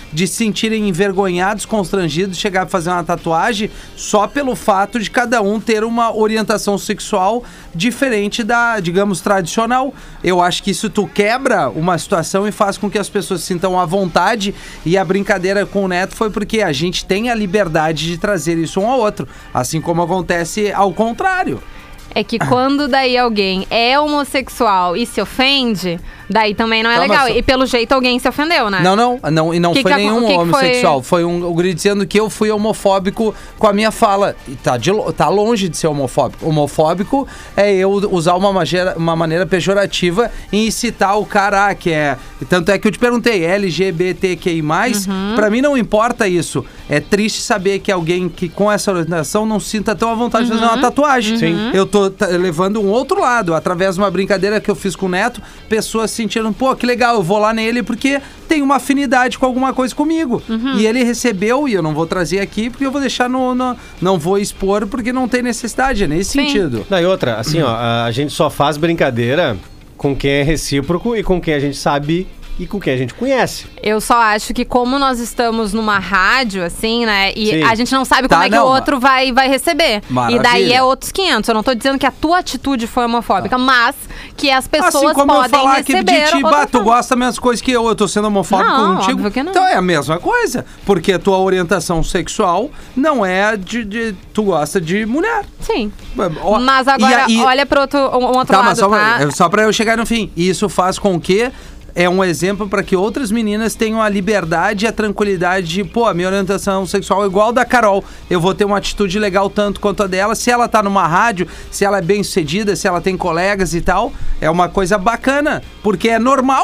de se sentirem envergonhados, constrangidos, chegar a fazer uma tatuagem só pelo fato de cada um ter uma orientação sexual diferente da, digamos, tradicional. Eu acho que isso tu quebra uma situação e faz com que as pessoas se sintam à vontade, e a brincadeira com o Neto foi porque a gente tem a liberdade de trazer isso um ao outro, assim como acontece ao contrário. É que quando daí alguém é homossexual e se ofende, daí também não é Tá, legal. mas- E pelo jeito alguém se ofendeu, né? Não, não, não, e não Que foi que a- nenhum o que que homossexual. Foi, um o guri dizendo que eu fui homofóbico com a minha fala. E tá, de, lo- tá longe de ser homofóbico. Homofóbico é eu usar uma, magera- uma maneira pejorativa e incitar o cara, ah, que é... Tanto é que eu te perguntei, L G B T Q I mais, Uhum. pra mim não importa isso. É triste saber que alguém que com essa orientação não se sinta tão à vontade de fazer Uhum. uma tatuagem. Sim. Eu tô tá, levando um outro lado. Através de uma brincadeira que eu fiz com o Neto, pessoas sentiram, pô, que legal, eu vou lá nele porque tem uma afinidade com alguma coisa comigo. Uhum. E ele recebeu, e eu não vou trazer aqui porque eu vou deixar no... no- não vou expor porque não tem necessidade, é nesse Sim. sentido. Não, e outra, assim, ó, a, a gente só faz brincadeira com quem é recíproco e com quem a gente sabe e com quem a gente conhece. Eu só acho que como nós estamos numa rádio, assim, né? E Sim. a gente não sabe Tá, como é que não, o outro vai, vai receber. Maravilha. E daí é outros quinhentos. Eu não tô dizendo que a tua atitude foi homofóbica, mas que as pessoas Assim como eu podem falar aqui receber de ti, outra bah, tu forma. gosta das mesmas coisas que eu, eu tô sendo homofóbico Não, contigo. óbvio que não. Então é a mesma coisa, porque a tua orientação sexual não é de... de- tu gosta de mulher. Sim. Ó, Mas e agora, aí- olha pro outro, um outro Tá, lado, mas só, tá? pra, só pra eu chegar no fim. Isso faz com que é um exemplo para que outras meninas tenham a liberdade e a tranquilidade de, pô, a minha orientação sexual é igual da Carol. Eu vou ter uma atitude legal tanto quanto a dela. Se ela tá numa rádio, se ela é bem sucedida, se ela tem colegas e tal, é uma coisa bacana, porque é normal.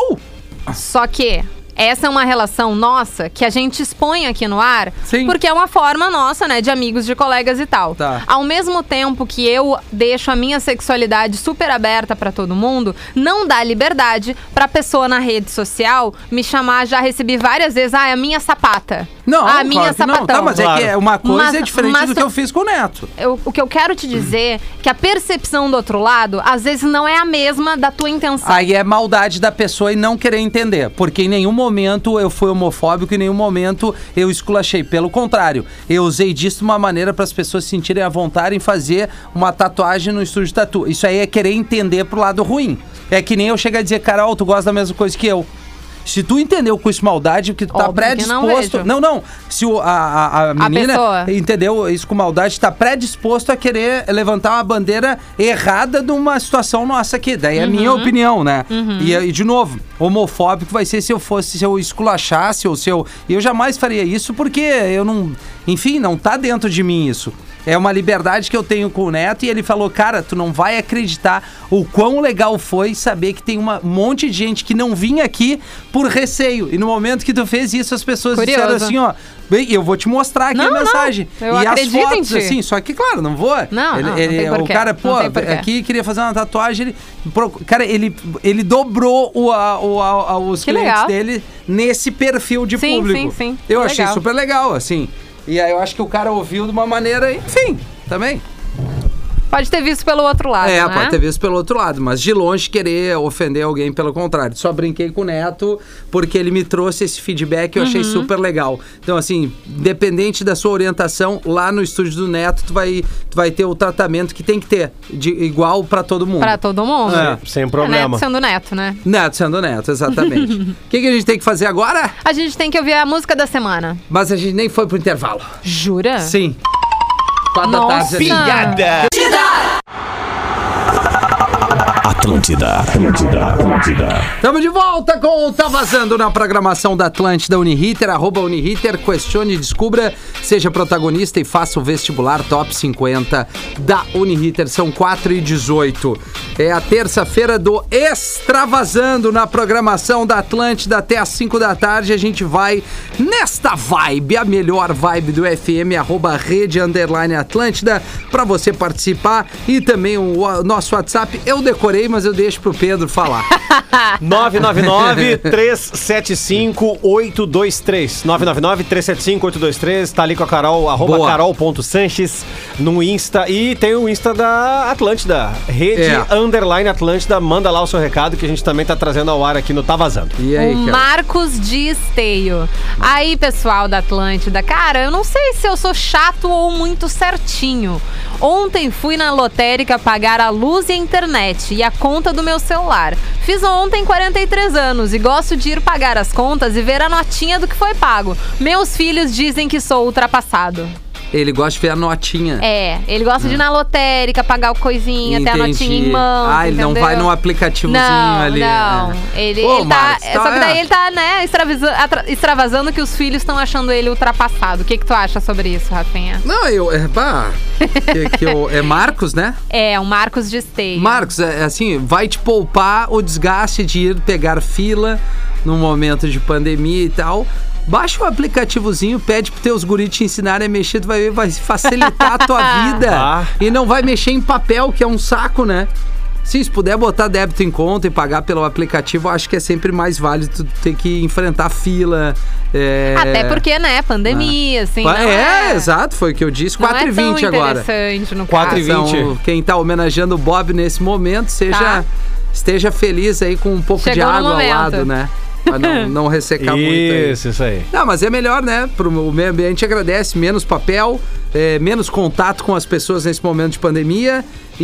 Só que essa é uma relação nossa que a gente expõe aqui no ar, Sim. porque é uma forma nossa, né, de amigos, de colegas e tal. Tá. Ao mesmo tempo que eu deixo a minha sexualidade super aberta pra todo mundo, não dá liberdade pra pessoa na rede social me chamar, já recebi várias vezes, ah, é a minha sapata. Não, a minha claro que não. sapatão. Tá, mas Claro. é que é uma coisa Mas- é diferente mas do tu- que eu fiz com o Neto. Eu- o que eu quero te dizer é que a percepção do outro lado, às vezes, não é a mesma da tua intenção. Aí é maldade da pessoa e não querer entender. Porque em nenhum momento eu fui homofóbico, em nenhum momento eu esculachei. Pelo contrário, eu usei disso de uma maneira para as pessoas se sentirem à vontade em fazer uma tatuagem no estúdio de tatu. Isso aí é querer entender pro lado ruim. É que nem eu chegar a dizer, Carol, tu gosta da mesma coisa que eu. Se tu entendeu com isso maldade, porque tu tá Óbvio que não predisposto. vejo. Não, não. Se o- a, a, a menina pessoa. entendeu isso com maldade, tá predisposto a querer levantar uma bandeira errada de uma situação nossa aqui. Daí é a minha opinião, né? E, e, de novo, homofóbico vai ser se eu fosse, se eu esculachasse ou se eu. Eu jamais faria isso porque eu não. Enfim, não tá dentro de mim isso. É uma liberdade que eu tenho com o Neto e ele falou, cara, tu não vai acreditar o quão legal foi saber que tem uma- um monte de gente que não vinha aqui por receio. E no momento que tu fez isso, as pessoas Curioso. disseram assim, ó, bem, eu vou te mostrar aqui Não, a não, mensagem. eu e as acredito em fotos, ti. assim, só que, claro, não vou. Não, ele, não, não ele- tem o porquê. cara, Não pô, tem porquê. aqui queria fazer uma tatuagem, ele, pro- cara, ele, ele dobrou o, a, o, a, a- os Que clientes legal. dele nesse perfil de Sim, público. sim, sim. Eu Que achei legal. super legal, assim. E aí eu acho que o cara ouviu de uma maneira, enfim, também. Pode ter visto pelo outro lado, É, né? pode ter visto pelo outro lado, mas de longe querer ofender alguém, pelo contrário. Só brinquei com o Neto porque ele me trouxe esse feedback e eu achei Uhum. super legal. Então, assim, independente da sua orientação, lá no estúdio do Neto, tu vai, tu vai ter o tratamento que tem que ter, de, igual pra todo mundo. Pra todo mundo. É. Sem problema. Neto sendo neto, né? Neto sendo Neto, exatamente. O que, que a gente tem que fazer agora? A gente tem que ouvir a música da semana. Mas a gente nem foi pro intervalo. Jura? Sim. Quatro da Nossa. tarde. Piada. Atlântida, Atlântida, Atlântida. Estamos de volta com o Tá Vazando na programação da Atlântida Uniriter, arroba Uniriter, questione, descubra, seja protagonista e faça o vestibular Top cinquenta da Uniriter. São quatro e dezoito. É a terça-feira do Extravasando na programação da Atlântida até às cinco da tarde. A gente vai nesta vibe, a melhor vibe do F M, arroba Rede Underline Atlântida, para você participar. E também o, o nosso WhatsApp, eu decorei, mas mas eu deixo pro Pedro falar. nove nove nove, três sete cinco, oito dois três. nove nove nove, três sete cinco, oito dois três. Tá ali com a Carol, arroba carol.sanches no Insta. E tem o Insta da Atlântida, rede É. underline Atlântida. Manda lá o seu recado que a gente também tá trazendo ao ar aqui no Tá Vazando. E aí, O Carol? Marcos de Esteio. Aí, pessoal da Atlântida, cara, eu não sei se eu sou chato ou muito certinho. Ontem fui na lotérica pagar a luz e a internet e a conta do meu celular. Fiz ontem quarenta e três anos e gosto de ir pagar as contas e ver a notinha do que foi pago. Meus filhos dizem que sou ultrapassado. Ele gosta de ver a notinha. É, ele gosta de ir na lotérica, pagar o coisinha, ter a Entendi. notinha em mão. Ah, ele não entendeu? vai no aplicativozinho não, ali. Não, é. ele, Ô, ele tá. Marcos, Só que daí ele tá, né, extravisa- atra- extravasando que os filhos estão achando ele ultrapassado. O que, que tu acha sobre isso, Rafinha? Não, eu... É, pá, que, que eu, é Marcos, né? É, o Marcos de Esteio. Marcos, é assim, vai te poupar o desgaste de ir pegar fila num momento de pandemia e tal. Baixa o aplicativozinho, pede pros teus guris te ensinarem a mexer, tu vai ver, vai facilitar a tua vida. Ah. E não vai mexer em papel, que é um saco, né? Sim, se puder botar débito em conta e pagar pelo aplicativo, eu acho que é sempre mais válido tu ter que enfrentar fila. É... Até porque, né, pandemia, assim. Não é, é, exato, foi o que eu disse. não quatro e é tão vinte agora. interessante no quatro e caso. vinte. Então, quem tá homenageando o Bob nesse momento, seja, Tá. esteja feliz aí com um pouco Chegou de no água ao momento. lado, né? Pra não, não ressecar muito aí. Isso, isso aí. Não, mas é melhor, né? Pro o meio ambiente agradece, menos papel, é, menos contato com as pessoas nesse momento de pandemia.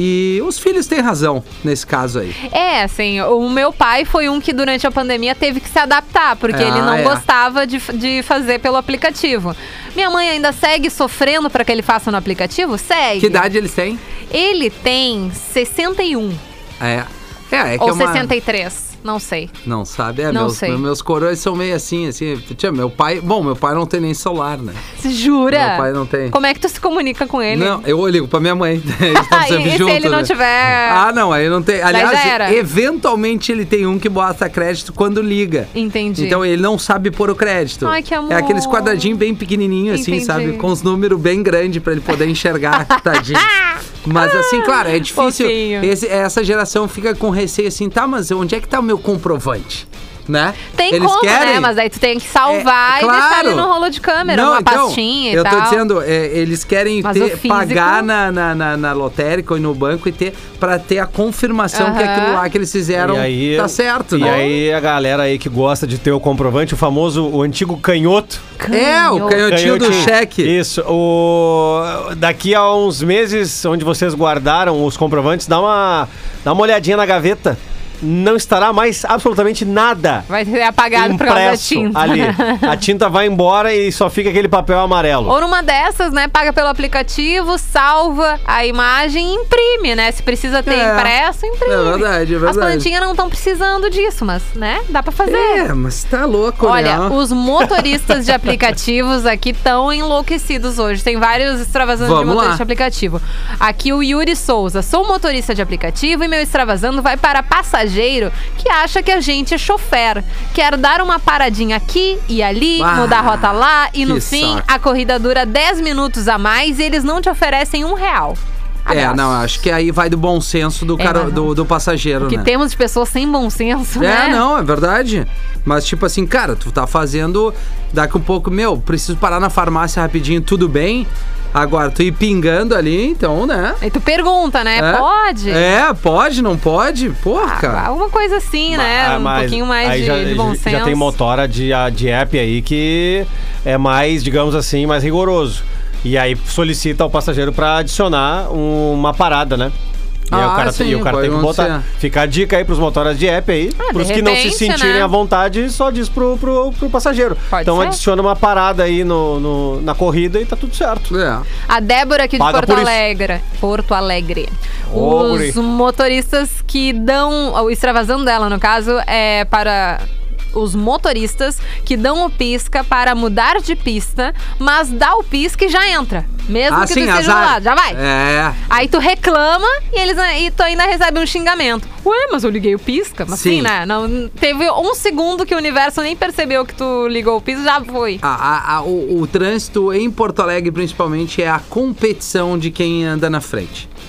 E os filhos têm razão nesse caso aí. É, assim, o meu pai foi um que durante a pandemia teve que se adaptar, porque Ah, ele não é. gostava de, de fazer pelo aplicativo. Minha mãe ainda segue sofrendo para que ele faça no aplicativo? Segue. Que idade eles têm? Ele tem sessenta e um É. É, é que ou é uma... sessenta e três, não sei. Não sabe? É, Não meus, sei. meus coroas são meio assim, assim. Tia, meu pai... Bom, meu pai não tem nem celular, né? Você jura? Meu pai não tem. Como é que tu se comunica com ele? Não, eu ligo pra minha mãe. Eles estão Ah, sempre e juntos, se ele não né? tiver... Ah, não, aí não tem. já Aliás, era. eventualmente ele tem um que bota crédito quando liga. Entendi. Então ele não sabe pôr o crédito. Ai, que amor. É aqueles quadradinhos bem pequenininhos, assim, Entendi. sabe? Com os números bem grandes pra ele poder enxergar, tadinho. Mas assim, claro, é difícil. Fofinho. Esse- essa geração fica com receio assim, tá, mas onde é que tá o meu comprovante? Né? Tem Eles como, querem... né? Mas aí tu tem que salvar É, e deixar claro. ele no rolo de câmera, Não, numa então, pastinha e eu tal. tô dizendo, é, eles querem Mas ter, o físico- pagar na, na, na, na lotérica ou no banco e ter pra ter a confirmação que Aham. aquilo lá que eles fizeram E aí- tá certo, E né? aí a galera aí que gosta de ter o comprovante, o famoso, o antigo canhoto. É, o canhotinho do Canhotinho. cheque. Isso. O... Daqui a uns meses, onde vocês guardaram os comprovantes, dá uma, dá uma olhadinha na gaveta. Não estará mais absolutamente nada Vai ser apagado por causa da impresso tinta. ali. A tinta vai embora e só fica aquele papel amarelo. Ou numa dessas, né? Paga pelo aplicativo, salva a imagem e imprime, né? Se precisa ter É. impresso, imprime. É verdade, é As verdade. plantinhas não estão precisando disso, mas, né? Dá pra fazer. É, mas tá louco, Olha, né? os motoristas de aplicativos aqui estão enlouquecidos hoje. Tem vários extravasando de Vamos motorista lá. de aplicativo. Aqui o Yuri Souza. Sou motorista de aplicativo e meu extravasando vai para passageiro que acha que a gente é chofer. Quer dar uma paradinha aqui e ali, Ah, mudar a rota lá e no que fim saco. a corrida dura dez minutos a mais e eles não te oferecem um real. É, Abraço. não, acho que aí vai do bom senso do, É, cara, mas do, não. do passageiro, Que né? temos de pessoas sem bom senso, É, né? não, é verdade. Mas, tipo assim, cara, tu tá fazendo. Daqui um pouco, meu, preciso parar na farmácia rapidinho, tudo bem? Agora, tu ir pingando ali, então, né? Aí tu pergunta, né? É? Pode? É, pode, não pode? Porra, Ah, cara. alguma coisa assim, né? Ah, Um mas pouquinho mais aí de, já, de bom já- senso. já tem motora de, a- de app aí que é mais, digamos assim, mais rigoroso. E aí solicita ao passageiro pra adicionar uma parada, né? E aí Ah, o cara, tem- sim, e o cara pode tem que botar. acontecer. Fica a dica aí pros motoras de app aí. Ah, de pros que não se repente, sentirem né? à vontade, só diz pro, pro, pro passageiro. Pode então ser. adiciona uma parada aí no, no- na corrida e tá tudo certo. É. A Débora aqui de Paga Porto por isso. Alegre. Porto Alegre. Ô, Os guri. motoristas que dão. O extravasando dela, no caso, é para. Os motoristas que dão o pisca para mudar de pista, mas dá o pisca e já entra. Mesmo Ah, que sim, tu esteja do azar. lado. Já vai. É. Aí tu reclama e eles e tu ainda recebe um xingamento. Ué, mas eu liguei o pisca? Mas Sim. sim, né? Não, teve um segundo que o universo nem percebeu que tu ligou o pisca, já foi. A- a- a- o, o trânsito em Porto Alegre, principalmente, é a competição de quem anda na frente.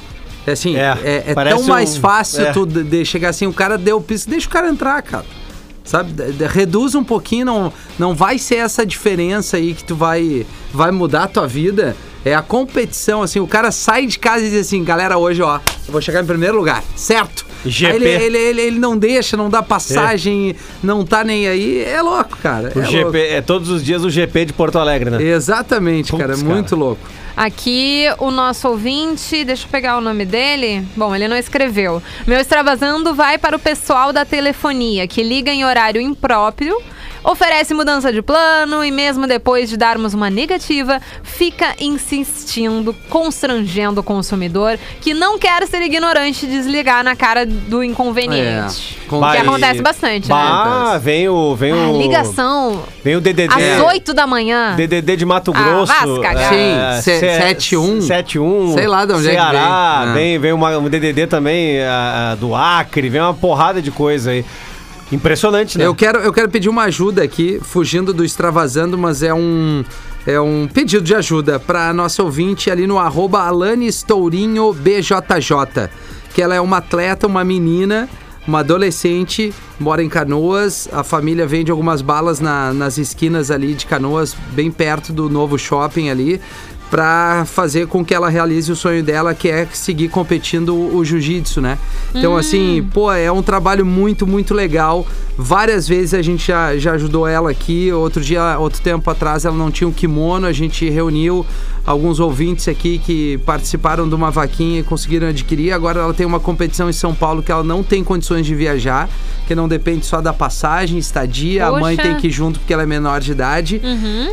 É assim, É, é, é parece tão mais um- fácil é. tu de, de chegar assim, o cara deu pista, deixa o cara entrar, cara. Sabe? De- de- reduz um pouquinho, não, não vai ser essa diferença aí que tu vai, vai mudar a tua vida. É a competição, assim, o cara sai de casa e diz assim, galera, hoje, ó, eu vou chegar em primeiro lugar, certo? G P. Aí ele, ele, ele, ele não deixa, não dá passagem, não tá nem aí, é louco, cara. O é G P, louco. é todos os dias o G P de Porto Alegre, né? Exatamente, Putz, cara, é cara. muito louco. Aqui o nosso ouvinte, deixa eu pegar o nome dele. Bom, ele não escreveu. Meu extravasando vai para o pessoal da telefonia, que liga em horário impróprio, oferece mudança de plano e mesmo depois de darmos uma negativa, fica insistindo, constrangendo o consumidor que não quer ser ignorante e desligar na cara do inconveniente. É, Que Vai- acontece bastante, né? Bah, vem o... Vem Ah, o ligação Vem o D D D. às oito da manhã. D D D de Mato Ah, Grosso. vá se cagar. Sim, se- Ce- sete um. sete um. Sei lá de onde é que Ceará, vem. É. vem, vem uma, um D D D também ah, ah, do Acre, vem uma porrada de coisa aí. Impressionante, né? Eu quero, eu quero pedir uma ajuda aqui, fugindo do extravasando, mas é um, é um pedido de ajuda para nossa ouvinte ali no arroba Alane Stourinho B J J, que ela é uma atleta, uma menina, uma adolescente, mora em Canoas, a família vende algumas balas na- nas esquinas ali de Canoas, bem perto do novo shopping ali, para fazer com que ela realize o sonho dela, que é seguir competindo o, o jiu-jitsu, né? Então, assim, pô, é um trabalho muito, muito legal. Várias vezes a gente já, já ajudou ela aqui. Outro dia, outro tempo atrás, ela não tinha um kimono. A gente reuniu alguns ouvintes aqui que participaram de uma vaquinha e conseguiram adquirir. Agora ela tem uma competição em São Paulo que ela não tem condições de viajar, que não depende só da passagem, estadia. Poxa. A mãe tem que ir junto porque ela é menor de idade. Uhum.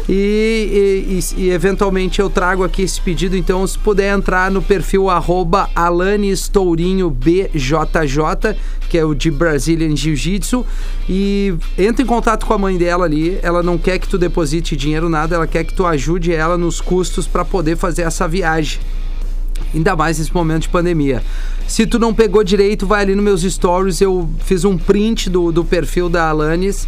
E, e- e, eventualmente eu trago aqui esse pedido, então se puder entrar no perfil arroba Alane Stourinho B J J, que é o de Brazilian Jiu-Jitsu, e entra em contato com a mãe dela ali. Ela não quer que tu deposite dinheiro, nada, ela quer que tu ajude ela nos custos para poder fazer essa viagem. Ainda mais nesse momento de pandemia. Se tu não pegou direito, vai ali nos meus stories, eu fiz um print do, do perfil da Alanis,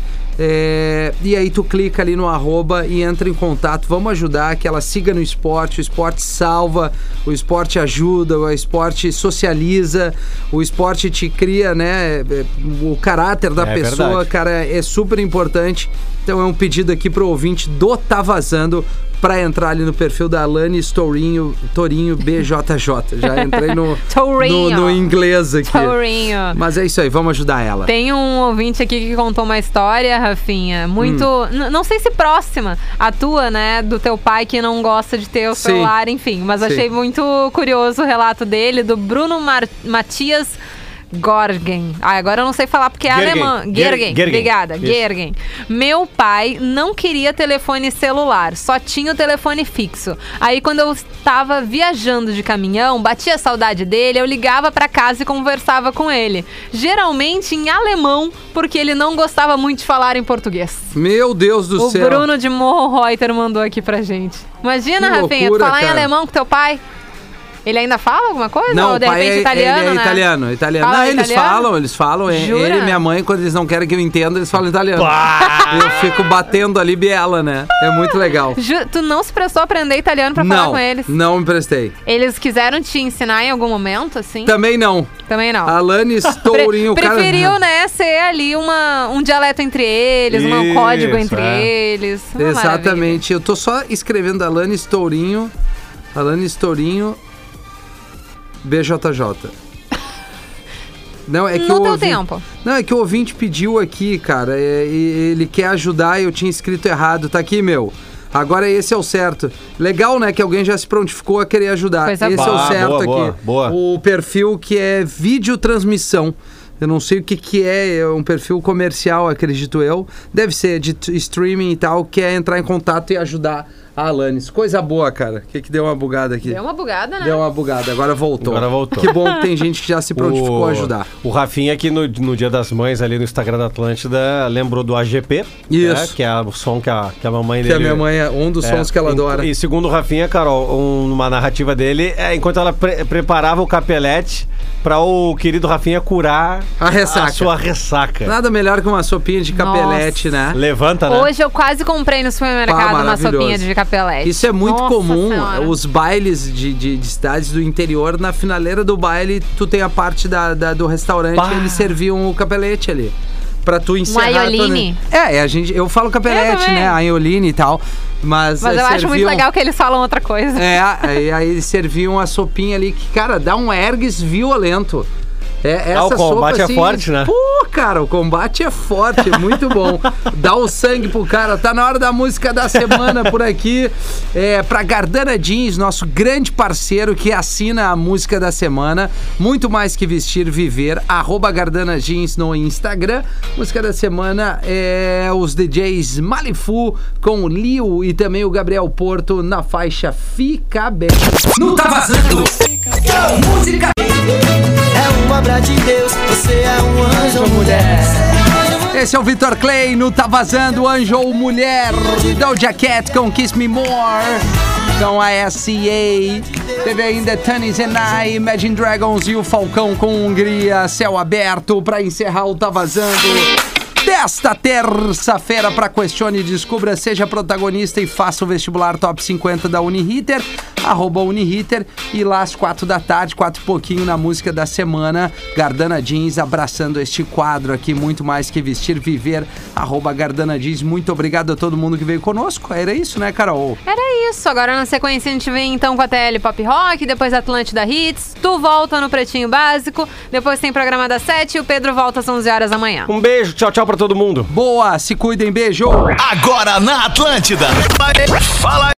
é, e aí tu clica ali no arroba e entra em contato. Vamos ajudar que ela siga no esporte. O esporte salva, o esporte ajuda, o esporte socializa, o esporte te cria, né, o caráter da É pessoa, verdade. cara, é super importante. Então é um pedido aqui pro ouvinte do Tá Vazando pra entrar ali no perfil da Alane Stourinho, Torinho B J J. Já entrei no, Tourinho. no, no inglês aqui. Tourinho. Mas é isso aí, vamos ajudar ela. Tem um ouvinte aqui que contou uma história, Rafinha, muito, Hum. n- não sei se próxima à tua, né, do teu pai que não gosta de ter o Sim. celular, enfim, mas Sim. achei muito curioso o relato dele, do Bruno Mar- Matias Gorgen. Ah, agora eu não sei falar porque é Gergen. alemão. Ger- Gergen, Gergen. obrigada. Isso. Gergen. Meu pai não queria telefone celular, só tinha o telefone fixo. Aí quando eu estava viajando de caminhão, batia a saudade dele, eu ligava pra casa e conversava com ele. Geralmente em alemão, porque ele não gostava muito de falar em português. Meu Deus do O céu. Bruno de Morro Reuter mandou aqui pra gente. Imagina, Que Rafinha, loucura, falar em cara. alemão com teu pai. Ele ainda fala alguma coisa? Não, Ou o de pai repente é, italiano, ele é né? italiano, italiano. Fala Não, eles italiano? falam, eles falam. é- Jura? Ele e minha mãe, quando eles não querem que eu entenda, eles falam italiano. Eu fico batendo ali biela, né? É muito legal. Ju- tu não se prestou a aprender italiano pra falar Não, com eles? não me prestei. Eles quiseram te ensinar em algum momento, assim? Também não. Também não. Alane Stourinho, Pre- cara. Preferiu, né, ser ali uma, um dialeto entre eles, um Isso, código entre é. eles. Uma Exatamente. Eu tô só escrevendo Alane Stourinho. Alane Stourinho B J J. Não, é que No o teu ouvinte- tempo. Não, é que o ouvinte pediu aqui, cara. é, e ele quer ajudar e eu tinha escrito errado. Tá aqui, meu. Agora esse é o certo. Legal, né? Que alguém já se prontificou a querer ajudar. Coisa esse boa. é o Ah, certo boa, aqui. boa, boa. O perfil que é videotransmissão. Eu não sei o que que é, é um perfil comercial, acredito eu. Deve ser de t- streaming e tal, que é entrar em contato e ajudar a Alanis. Coisa boa, cara. O que que deu uma bugada aqui? Deu uma bugada, né? Deu uma bugada, agora voltou. Agora voltou. Que bom que tem gente que já se prontificou a ajudar. O Rafinha aqui no, no Dia das Mães, ali no Instagram da Atlântida, lembrou do A G P. Isso. né, que é o som que a, que a mamãe Que dele... a minha mãe é um dos É, sons que ela e- adora. E segundo o Rafinha, Carol, um- uma narrativa dele, é, enquanto ela pre- preparava o capelete para o querido Rafinha curar A ressaca. a sua ressaca. Nada melhor que uma sopinha de capelete, né? Levanta, né? Hoje eu quase comprei no supermercado Pá, uma maravilhoso. sopinha de Que Capelete. Isso é muito Nossa comum. Senhora. Os bailes de, de, de cidades do interior, na finaleira do baile, tu tem a parte da, da- do restaurante, Bah. eles serviam o capelete ali. Pra tu encerrar. a tua- aioline? É, a gente, eu falo capelete, também. né? A aioline e tal. Mas, Mas eh, eu acho muito serviam- legal que eles falam outra coisa. É, aí, aí eles serviam a sopinha ali que, cara, dá um ergues violento. É, Ah, o essa combate sopa, é assim, forte, né? Pô, cara, o combate é forte, muito bom. Dá o sangue pro cara. Tá na hora da música da semana por aqui. É, pra Gardana Jeans, nosso grande parceiro que assina a música da semana. Muito mais que vestir, viver. Arroba Gardana Jeans no Instagram. Música da semana é os D Js Malifu com o Liu e também o Gabriel Porto na faixa Fica Bem. No Tá Vazando. Música. É uma obra de Deus, você é um anjo ou mulher. Esse é o Vitor Clay no Tá Vazando, Anjo ou Mulher. Doja Cat com Kiss Me More. Com a S A. Teve ainda Tunis and I, Imagine Dragons e o Falcão com Hungria. Céu aberto pra encerrar o Tá Vazando. Desta terça-feira para Questione e Descubra, seja protagonista e faça o vestibular Top cinquenta da Uniriter, arroba Uniriter, e lá às quatro da tarde, quatro e pouquinho na música da semana, Gardana Jeans abraçando este quadro aqui, muito mais que vestir, viver, arroba Gardana Jeans. Muito obrigado a todo mundo que veio conosco, era isso, né, Carol? Era isso. Agora na sequência a gente vem então com a T L Pop Rock, depois Atlântida Hits, tu volta no Pretinho Básico, depois tem programa das sete e o Pedro volta às onze horas da manhã. Um beijo, tchau, tchau pra todo mundo. Boa, se cuidem, beijo! Agora na Atlântida. Fala